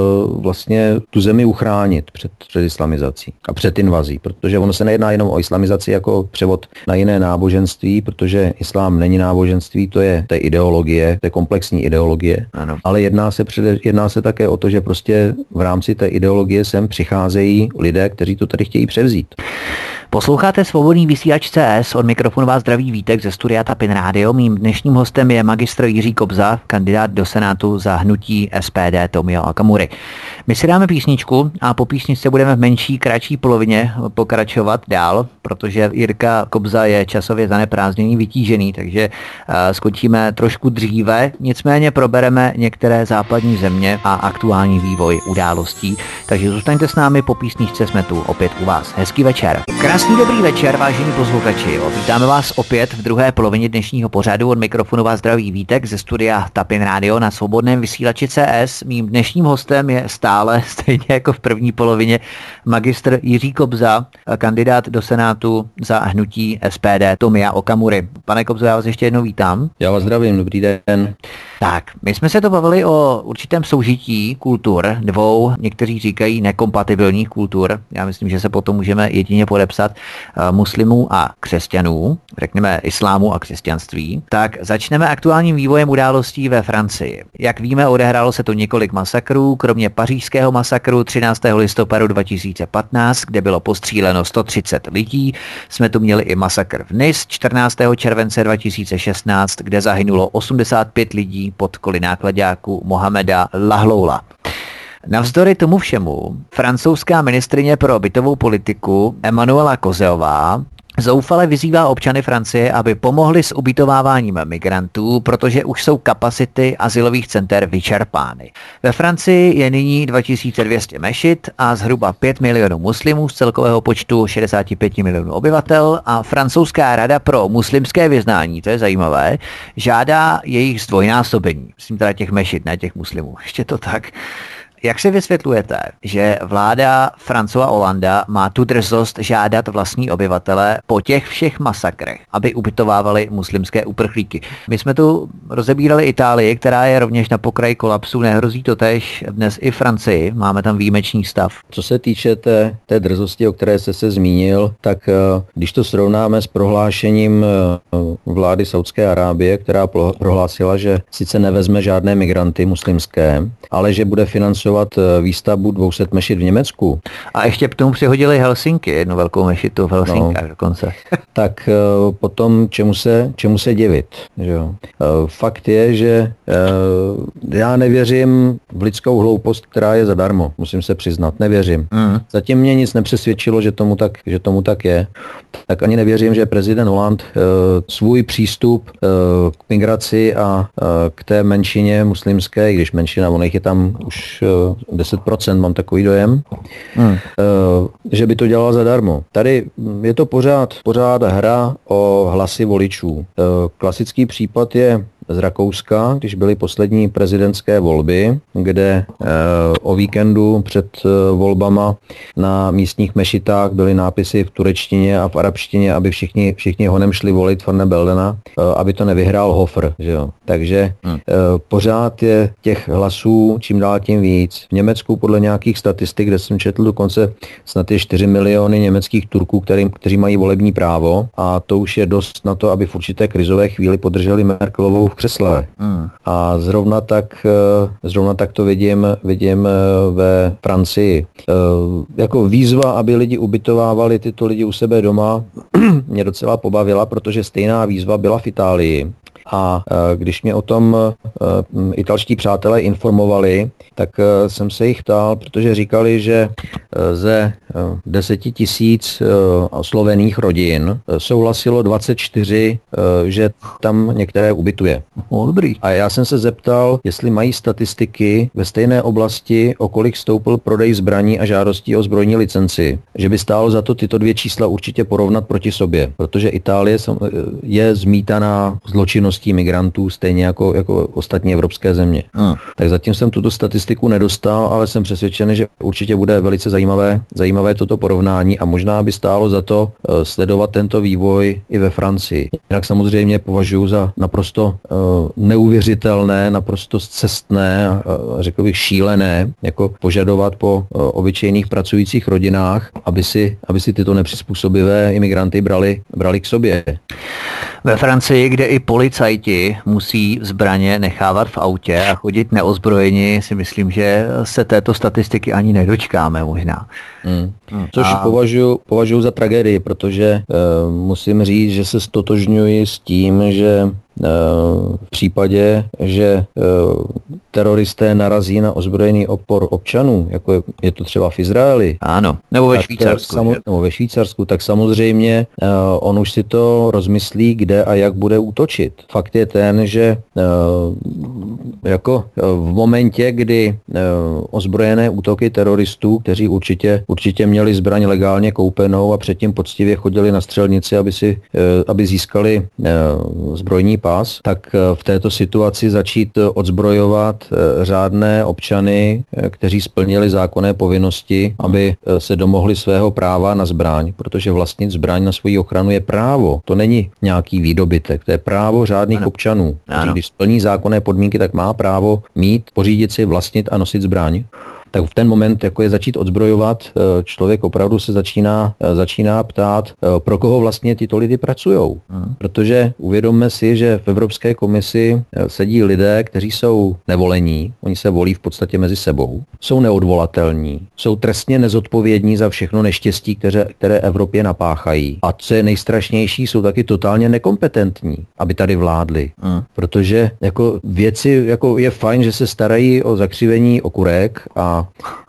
vlastně tu zemi uchránit před islamizací a před invazí, protože ono se nejedná jenom o islamizaci jako převod na jiné náboženství, protože islám není náboženství, to je ideologie, to je komplexní ideologie, ano. Ale jedná se také o to, že prostě v rámci té ideologie sem přicházejí lidé, kteří to tady chtějí převzít. Posloucháte Svobodný vysílač CS, od mikrofonu vás zdraví Vítek ze studia Tapin Radio. Mým dnešním hostem je magistr Jiří Kobza, kandidát do Senátu za hnutí SPD Tomia Okamury. My si dáme písničku a po písničce budeme v kratší polovině pokračovat dál, protože Jirka Kobza je časově zaneprázdněný, vytížený, takže skončíme trošku dříve, nicméně probereme některé západní země a aktuální vývoj událostí. Takže zůstaňte s námi, po písničce jsme tu opět u vás. Hezký večer. Krásný dobrý večer, vážení posluchači. Vítáme vás opět v druhé polovině dnešního pořadu. Od mikrofonu vás zdraví Vítek ze studia Tapin Radio na svobodném vysílači CS. Mým dnešním hostem je stále, stejně jako v první polovině, magistr Jiří Kobza, kandidát do Senátu za hnutí SPD Tomia Okamury. Pane Kobzo, já vás ještě jednou vítám. Já vás zdravím, dobrý den. Tak, my jsme se to bavili o určitém soužití kultur, dvou, někteří říkají nekompatibilních kultur. Já myslím, že se potom můžeme jedině podepsat, muslimů a křesťanů, řekněme islámu a křesťanství. Tak začneme aktuálním vývojem událostí ve Francii. Jak víme, odehrálo se tu několik masakrů, kromě pařížského masakru 13. listopadu 2015, kde bylo postříleno 130 lidí. Jsme tu měli i masakr v Nice 14. července 2016, kde zahynulo 85 lidí pod koly náklaďáku Mohameda Lahloula. Navzdory tomu všemu, francouzská ministryně pro bytovou politiku Emmanuela Causeová zoufale vyzývá občany Francie, aby pomohli s ubytováváním migrantů, protože už jsou kapacity azylových center vyčerpány. Ve Francii je nyní 2200 mešit a zhruba 5 milionů muslimů z celkového počtu 65 milionů obyvatel a francouzská rada pro muslimské vyznání, to je zajímavé, žádá jejich zdvojnásobení. Myslím teda těch mešit, ne těch muslimů. Ještě to tak. Jak si vysvětlujete, že vláda Françoise Hollanda má tu drzost žádat vlastní obyvatele po těch všech masakrech, aby ubytovávali muslimské uprchlíky? My jsme tu rozebírali Itálii, která je rovněž na pokraji kolapsu, nehrozí to též dnes i Francii, máme tam výjimečný stav. Co se týče té drzosti, o které jste se zmínil, tak když to srovnáme s prohlášením vlády Saúdské Arábie, která prohlásila, že sice nevezme žádné migranty muslimské, ale že bude financovat výstavbu 200 mešit v Německu. A ještě k tomu přihodili Helsinky, jednu velkou mešitu v Helsinkách dokonce. Tak potom čemu se divit. Že? Fakt je, že já nevěřím v lidskou hloupost, která je zadarmo. Musím se přiznat, nevěřím. Zatím mě nic nepřesvědčilo, že tomu tak je. Tak ani nevěřím, že prezident Hollande svůj přístup k migraci a k té menšině muslimské, když menšina, ono jich je tam už 10%, mám takový dojem, že by to dělala zadarmo. Tady je to pořád hra o hlasy voličů. Klasický případ je z Rakouska, když byly poslední prezidentské volby, kde o víkendu před volbama na místních mešitách byly nápisy v turečtině a v arabštině, aby všichni honem šli volit Van Beldena, aby to nevyhrál Hofer. Že jo? Takže pořád je těch hlasů čím dál tím víc. V Německu podle nějakých statistik, kde jsem četl dokonce snad je 4 miliony německých Turků, kteří mají volební právo a to už je dost na to, aby v určité krizové chvíli podrželi Merkelovou v křesle. A zrovna tak to vidím ve Francii. Jako výzva, aby lidi ubytovávali tyto lidi u sebe doma, mě docela pobavila, protože stejná výzva byla v Itálii. A když mě o tom italští přátelé informovali, tak jsem se jich ptal, protože říkali, že ze 10 000 oslovených rodin souhlasilo 24, že tam některé ubytuje. Dobrý. A já jsem se zeptal, jestli mají statistiky ve stejné oblasti, o kolik stoupl prodej zbraní a žádostí o zbrojní licenci, že by stálo za to tyto dvě čísla určitě porovnat proti sobě, protože Itálie je zmítaná zločinností migrantů, stejně jako ostatní evropské země. Tak zatím jsem tuto statistiku nedostal, ale jsem přesvědčený, že určitě bude velice zajímavé toto porovnání a možná by stálo za to sledovat tento vývoj i ve Francii. Jinak samozřejmě považuji za naprosto neuvěřitelné, naprosto scestné a řekl bych šílené, jako požadovat po obyčejných pracujících rodinách, aby si tyto nepřizpůsobivé imigranty brali k sobě. Ve Francii, kde i policajti musí zbraně nechávat v autě a chodit neozbrojeni, si myslím, že se této statistiky ani nedočkáme možná. Což považuji za tragédii, protože musím říct, že se stotožňuji s tím, že v případě, že teroristé narazí na ozbrojený odpor občanů, jako je to třeba v Izraeli. Ano, nebo ve Švýcarsku. Tak samozřejmě on už si to rozmyslí, kde a jak bude útočit. Fakt je ten, že jako v momentě, kdy ozbrojené útoky teroristů, kteří určitě měli zbraň legálně koupenou a předtím poctivě chodili na střelnici, aby získali zbrojní pás, tak v této situaci začít odzbrojovat řádné občany, kteří splnili zákonné povinnosti, aby se domohli svého práva na zbraň, protože vlastnit zbraň na svoji ochranu je právo. To není nějaký výdobytek, to je právo řádných občanů. Když splní zákonné podmínky, tak má právo mít, pořídit si, vlastnit a nosit zbraň. Tak v ten moment, jako je začít odzbrojovat, člověk opravdu se začíná ptát, pro koho vlastně tyto lidi pracujou. Protože uvědomme si, že v Evropské komisi sedí lidé, kteří jsou nevolení, oni se volí v podstatě mezi sebou, jsou neodvolatelní, jsou trestně nezodpovědní za všechno neštěstí, které Evropě napáchají. A co je nejstrašnější, jsou taky totálně nekompetentní, aby tady vládli. Protože jako věci, jako je fajn, že se starají o zakřivení okurek a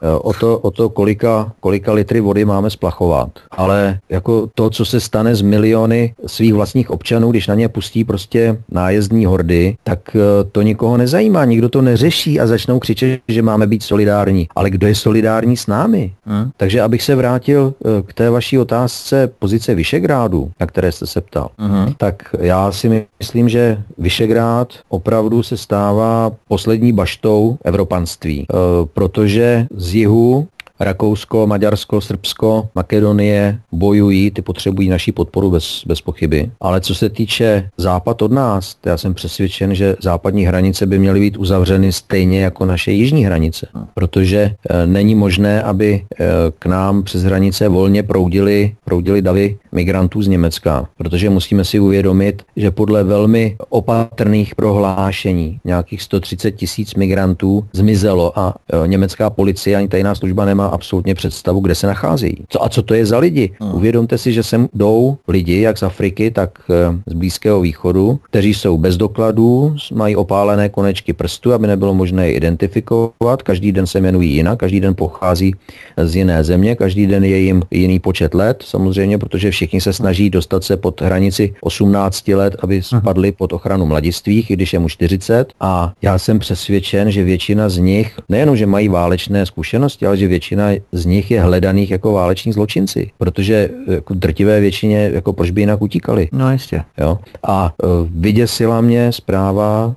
o to, kolika litry vody máme splachovat. Ale jako to, co se stane z miliony svých vlastních občanů, když na ně pustí prostě nájezdní hordy, tak to nikoho nezajímá, nikdo to neřeší a začnou křičet, že máme být solidární. Ale kdo je solidární s námi? Takže abych se vrátil k té vaší otázce pozice Visegrádu, na které jste se ptal, tak já si myslím, že Visegrád opravdu se stává poslední baštou evropanství, protože z jihu Rakousko, Maďarsko, Srbsko, Makedonie bojují, ty potřebují naši podporu bez pochyby. Ale co se týče západ od nás, já jsem přesvědčen, že západní hranice by měly být uzavřeny stejně jako naše jižní hranice. Protože není možné, aby k nám přes hranice volně proudily davy migrantů z Německa. Protože musíme si uvědomit, že podle velmi opatrných prohlášení nějakých 130 000 migrantů zmizelo a německá policie ani tajná služba nemá absolutně představu, kde se nacházejí. Co to je za lidi? Uvědomte si, že sem jdou lidi, jak z Afriky, tak z Blízkého východu, kteří jsou bez dokladů, mají opálené konečky prstů, aby nebylo možné je identifikovat. Každý den se jmenují jinak, každý den pochází z jiné země, každý den je jim jiný počet let, samozřejmě, protože všichni se snaží dostat se pod hranici 18 let, aby spadli pod ochranu mladistvých, i když je mu 40. A já jsem přesvědčen, že většina z nich, nejenom, že mají válečné zkušenosti, ale že většina z nich je hledaných jako váleční zločinci, protože jako drtivé většině, jako proč by jinak utíkali. No jistě. Jo? A vyděsila mě zpráva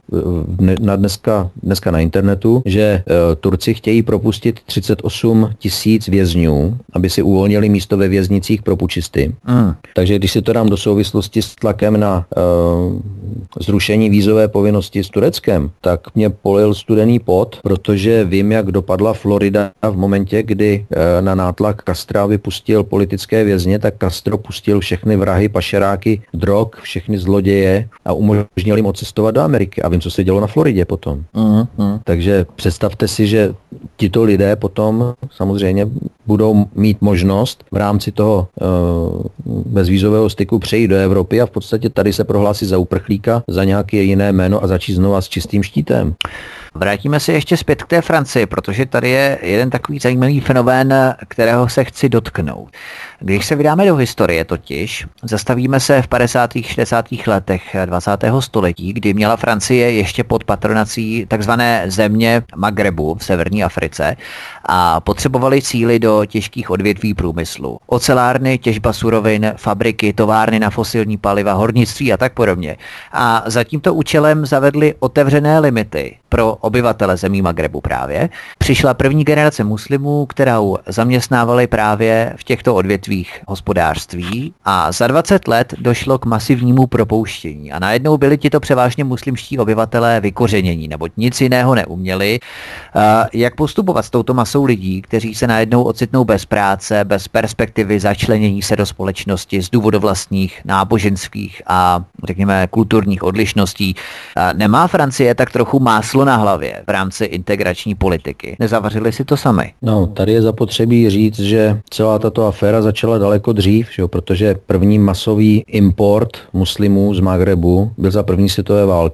dneska na internetu, že Turci chtějí propustit 38 000 vězňů, aby si uvolnili místo ve věznicích pro pučisty. Takže když si to dám do souvislosti s tlakem na zrušení vízové povinnosti s Tureckem, tak mě polil studený pot, protože vím, jak dopadla Florida v momentě, kdy na nátlak Castra vypustil politické vězně, tak Castro pustil všechny vrahy, pašeráky, drog, všechny zloděje a umožnil jim odcestovat do Ameriky. A vím, co se dělo na Floridě potom. Takže představte si, že tito lidé potom samozřejmě budou mít možnost v rámci toho bezvízového styku přejít do Evropy a v podstatě tady se prohlásit za uprchlíka, za nějaké jiné jméno a začít znova s čistým štítem. Vrátíme se ještě zpět k té Francii, protože tady je jeden takový zajímavý fenomén, kterého se chci dotknout. Když se vydáme do historie totiž, zastavíme se v 50. 60. letech 20. století, kdy měla Francie ještě pod patronací takzvané země Magrebu v severní Africe a potřebovali síly do těžkých odvětví průmyslu. Ocelárny, těžba surovin, fabriky, továrny na fosilní paliva, hornictví a tak podobně. A za tímto účelem zavedli otevřené limity pro obyvatele zemí Magrebu právě. Přišla první generace muslimů, kterou zaměstnávali právě v těchto odvětvích hospodářství a za 20 let došlo k masivnímu propouštění a najednou byli tito převážně muslimští obyvatelé vykořenění, neboť nic jiného neuměli. Jak postupovat s touto masou lidí, kteří se najednou ocitnou bez práce, bez perspektivy začlenění se do společnosti z důvodu vlastních náboženských a řekněme kulturních odlišností. Nemá Francie tak trochu máslo na hlavě v rámci integrační politiky? Nezavařili si to sami? No, tady je zapotřebí říct, že celá tato aféra začala daleko dřív, že? Protože první masový import muslimů z Magrebu byl za první světové války.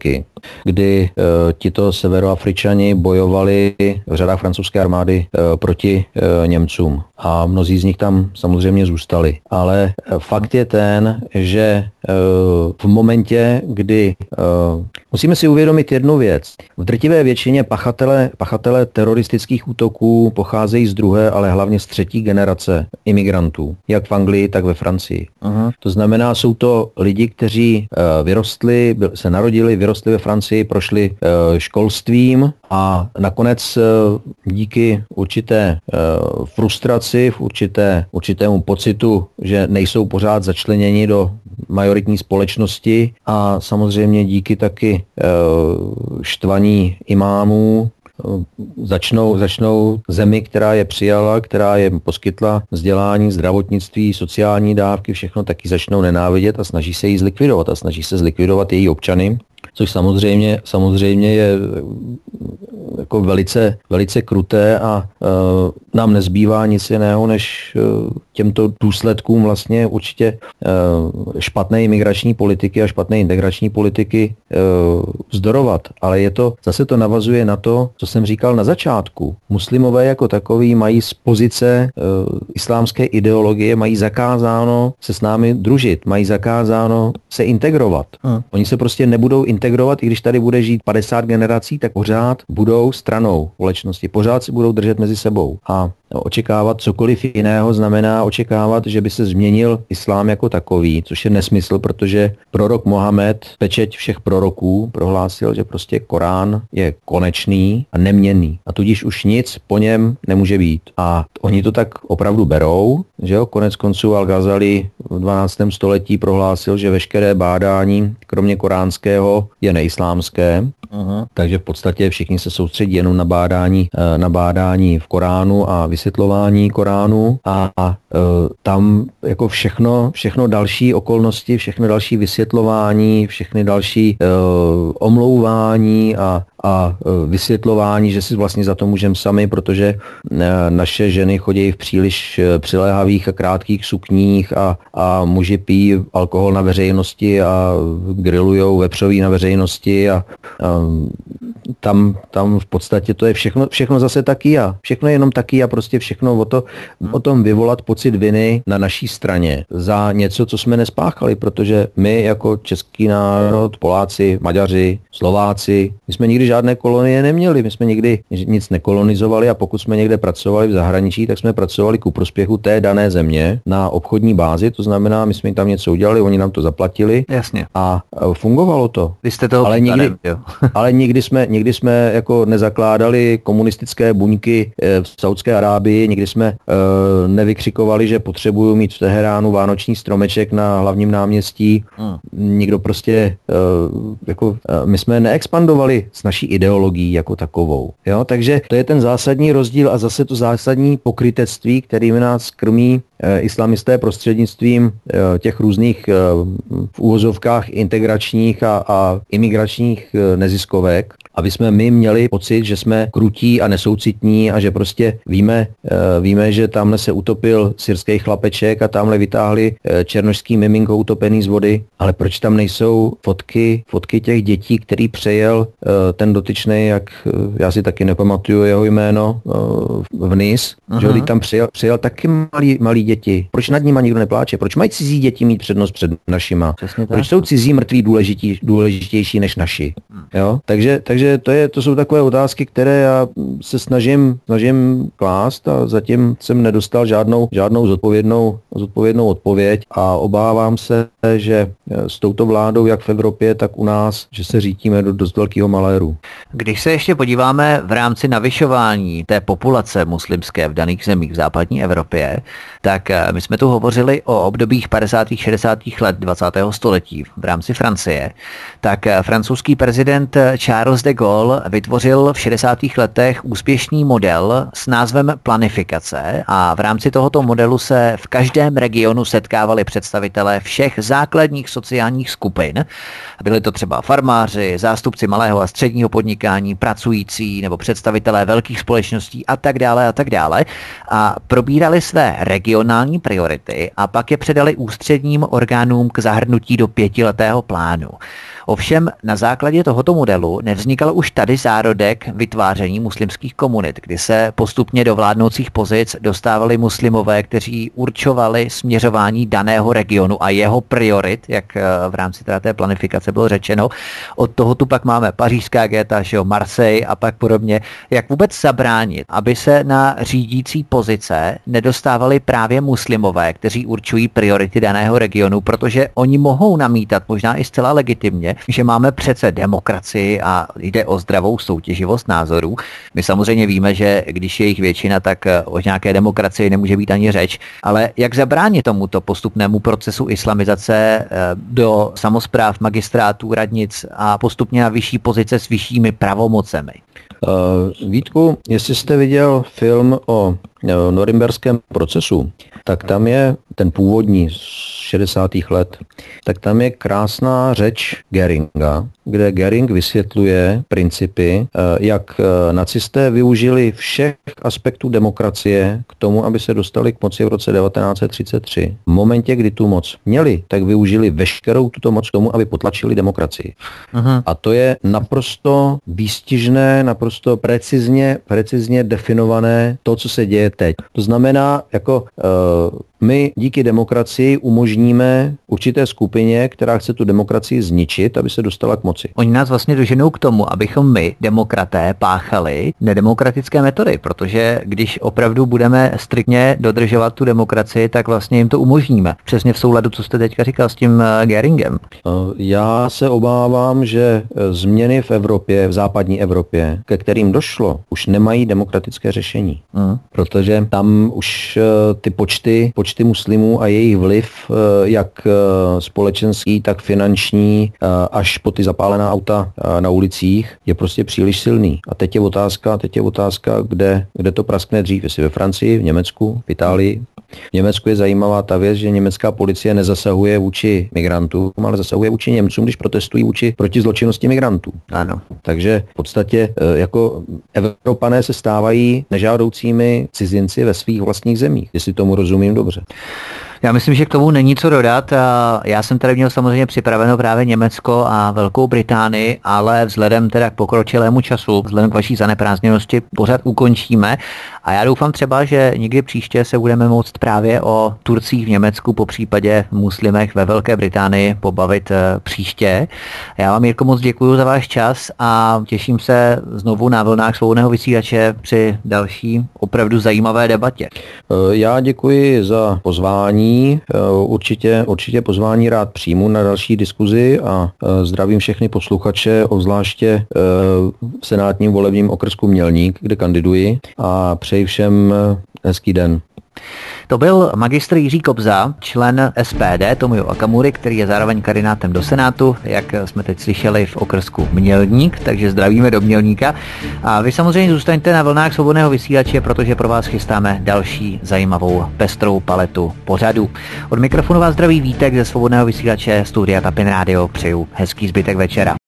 kdy tito severoafričani bojovali v řadách francouzské armády proti Němcům. A mnozí z nich tam samozřejmě zůstali. Ale fakt je ten, že v momentě, kdy musíme si uvědomit jednu věc. V drtivé většině pachatele teroristických útoků pocházejí z druhé, ale hlavně z třetí generace imigrantů. Jak v Anglii, tak ve Francii. To znamená, jsou to lidi, kteří se narodili, vyrostli ve Francii, prošli školstvím a nakonec díky určité frustraci, určitému pocitu, že nejsou pořád začleněni do majoritní společnosti a samozřejmě díky taky štvaní imámů začnou zemi, která je přijala, která je poskytla vzdělání, zdravotnictví, sociální dávky, všechno taky začnou nenávidět a snaží se ji zlikvidovat a snaží se zlikvidovat její občany, což samozřejmě je jako velice kruté a nám nezbývá nic jiného, než těmto důsledkům vlastně určitě špatné imigrační politiky a špatné integrační politiky vzdorovat. Ale zase to navazuje na to, co jsem říkal na začátku. Muslimové jako takový mají z pozice islámské ideologie, mají zakázáno se s námi družit, mají zakázáno se integrovat. Oni se prostě nebudou integrovat, i když tady bude žít 50 generací, tak pořád budou stranou společnosti, pořád si budou držet mezi sebou. A očekávat cokoliv jiného znamená očekávat, že by se změnil islám jako takový, což je nesmysl, protože prorok Mohamed, pečeť všech proroků, prohlásil, že prostě Korán je konečný a neměnný. A tudíž už nic po něm nemůže být. A oni to tak opravdu berou, že jo? Konec konců Al-Ghazali v 12. století prohlásil, že veškeré bádání, kromě koránského, je neislámské. Takže v podstatě všichni se soustředí jenom na bádání v Koránu a vysvětlování Koránu a tam jako všechno další okolnosti, všechno další vysvětlování, všechny další omlouvání a vysvětlování, že si vlastně za to můžeme sami, protože naše ženy chodí v příliš přiléhavých a krátkých sukních a muži pijí alkohol na veřejnosti a grillujou vepřoví na veřejnosti a tam v podstatě to je všechno zase taky všechno je jenom taky a prostě všechno o tom vyvolat pocit viny na naší straně za něco, co jsme nespáchali, protože my jako český národ, Poláci, Maďaři, Slováci, my jsme nikdy žádné kolonie neměli, my jsme nikdy nic nekolonizovali a pokud jsme někde pracovali v zahraničí, tak jsme pracovali ku prospěchu té dané země na obchodní bázi, to znamená, my jsme jim tam něco udělali, oni nám to zaplatili. Jasně. A fungovalo to. Vy jste toho ale nikdy jsme jako nezakládali komunistické buňky v Saudské Arábii, nikdy jsme nevykřikovali, že potřebují mít v Teheránu vánoční stromeček na hlavním náměstí. Nikdo prostě my jsme neexpandovali s naší ideologií jako takovou. Jo? Takže to je ten zásadní rozdíl a zase to zásadní pokrytectví, kterými nás krmí islamisté prostřednictvím těch různých v úvozovkách integračních a imigračních neziskovek, aby jsme my měli pocit, že jsme krutí a nesoucitní a že prostě víme, že tamhle se utopil syrský chlapeček a tamhle vytáhli černošský miminko utopený z vody, ale proč tam nejsou fotky těch dětí, který přejel ten dotyčnej, jak já si taky nepamatuju jeho jméno, v Nice, že tam přijel taky malí děti. Proč nad nima nikdo nepláče? Proč mají cizí děti mít přednost před našima? Proč jsou cizí mrtví důležitější než naši? Jo? Takže to jsou takové otázky, které já se snažím klást a zatím jsem nedostal žádnou zodpovědnou odpověď a obávám se, že s touto vládou, jak v Evropě, tak u nás, že se řítíme do dost velkého maléru. Když se ještě podíváme v rámci navyšování té populace muslimské v daných zemích v západní Evropě, tak my jsme tu hovořili o obdobích 50. 60. let 20. století v rámci Francie. Tak francouzský prezident Charles de Gaulle vytvořil v 60. letech úspěšný model s názvem planifikace a v rámci tohoto modelu se v každém regionu setkávali představitelé všech základních sociálních skupin. Byli to třeba farmáři, zástupci malého a středního podnikání, pracující nebo představitelé velkých společností a tak dále a probírali své regionální priority a pak je předali ústředním orgánům k zahrnutí do 5letého plánu. Ovšem na základě tohoto modelu nevznikal už tady zárodek vytváření muslimských komunit, kdy se postupně do vládnoucích pozic dostávali muslimové, kteří určovali směřování daného regionu a jeho priorit, jak v rámci té planifikace bylo řečeno. Od toho tu pak máme pařížská geta, Marseille a pak podobně. Jak vůbec zabránit, aby se na řídící pozice nedostávali právě muslimové, kteří určují priority daného regionu, protože oni mohou namítat, možná i zcela legitimně, že máme přece demokracii a jde o zdravou soutěživost názorů. My samozřejmě víme, že když je jich většina, tak o nějaké demokracii nemůže být ani řeč, ale jak zabránit tomuto postupnému procesu islamizace do samospráv, magistrátů, radnic a postupně na vyšší pozice s vyššími pravomocemi? Vítku, jestli jste viděl film o norimberském procesu, tak tam je ten původní z 60. let, tak tam je krásná řeč Göringa, kde Göring vysvětluje principy, jak nacisté využili všech aspektů demokracie k tomu, aby se dostali k moci v roce 1933. V momentě, kdy tu moc měli, tak využili veškerou tuto moc k tomu, aby potlačili demokracii. Aha. A to je naprosto výstižné, naprosto precizně definované to, co se děje teď. To znamená, jako my díky demokracii umožníme určité skupině, která chce tu demokracii zničit, aby se dostala k moci. Oni nás vlastně doženou k tomu, abychom my, demokraté, páchali nedemokratické metody, protože když opravdu budeme striktně dodržovat tu demokracii, tak vlastně jim to umožníme. Přesně v souladu, co jste teďka říkal s tím Göringem. Já se obávám, že změny v Evropě, v západní Evropě, ke kterým došlo, už nemají demokratické řešení. Protože tam už ty počty muslimů a jejich vliv, jak společenský, tak finanční, až po ty zapálená auta na ulicích, je prostě příliš silný. A teď je otázka, kde to praskne dřív, jestli ve Francii, v Německu, v Itálii. V Německu je zajímavá ta věc, že německá policie nezasahuje vůči migrantům, ale zasahuje vůči Němcům, když protestují proti zločinnosti migrantů. Ano. Takže v podstatě jako Evropané se stávají nežádoucími cizinci ve svých vlastních zemích, jestli tomu rozumím dobře. Já myslím, že k tomu není co dodat. Já jsem tady měl samozřejmě připraveno právě Německo a Velkou Británii, ale vzhledem teda k pokročilému času, vzhledem k vaší zaneprázdněnosti pořád ukončíme. A já doufám třeba, že někdy příště se budeme moct právě o Turcích v Německu, po případě muslimech ve Velké Británii pobavit příště. Já vám, Jirko, moc děkuji za váš čas a těším se znovu na vlnách Svobodného vysílače při další opravdu zajímavé debatě. Já děkuji za pozvání. Určitě pozvání rád přijmu na další diskuzi a zdravím všechny posluchače, obzvláště v senátním volebním okrsku Mělník, kde kandiduji, a přeji všem hezký den. To byl magistr Jiří Kobza, člen SPD Tomio Okamury, který je zároveň kandidátem do Senátu, jak jsme teď slyšeli, v okrsku Mělník, takže zdravíme do Mělníka. A vy samozřejmě zůstaňte na vlnách Svobodného vysílače, protože pro vás chystáme další zajímavou pestrou paletu pořadu. Od mikrofonu vás zdraví Vítek ze Svobodného vysílače Studia Tapin Radio. Přeju hezký zbytek večera.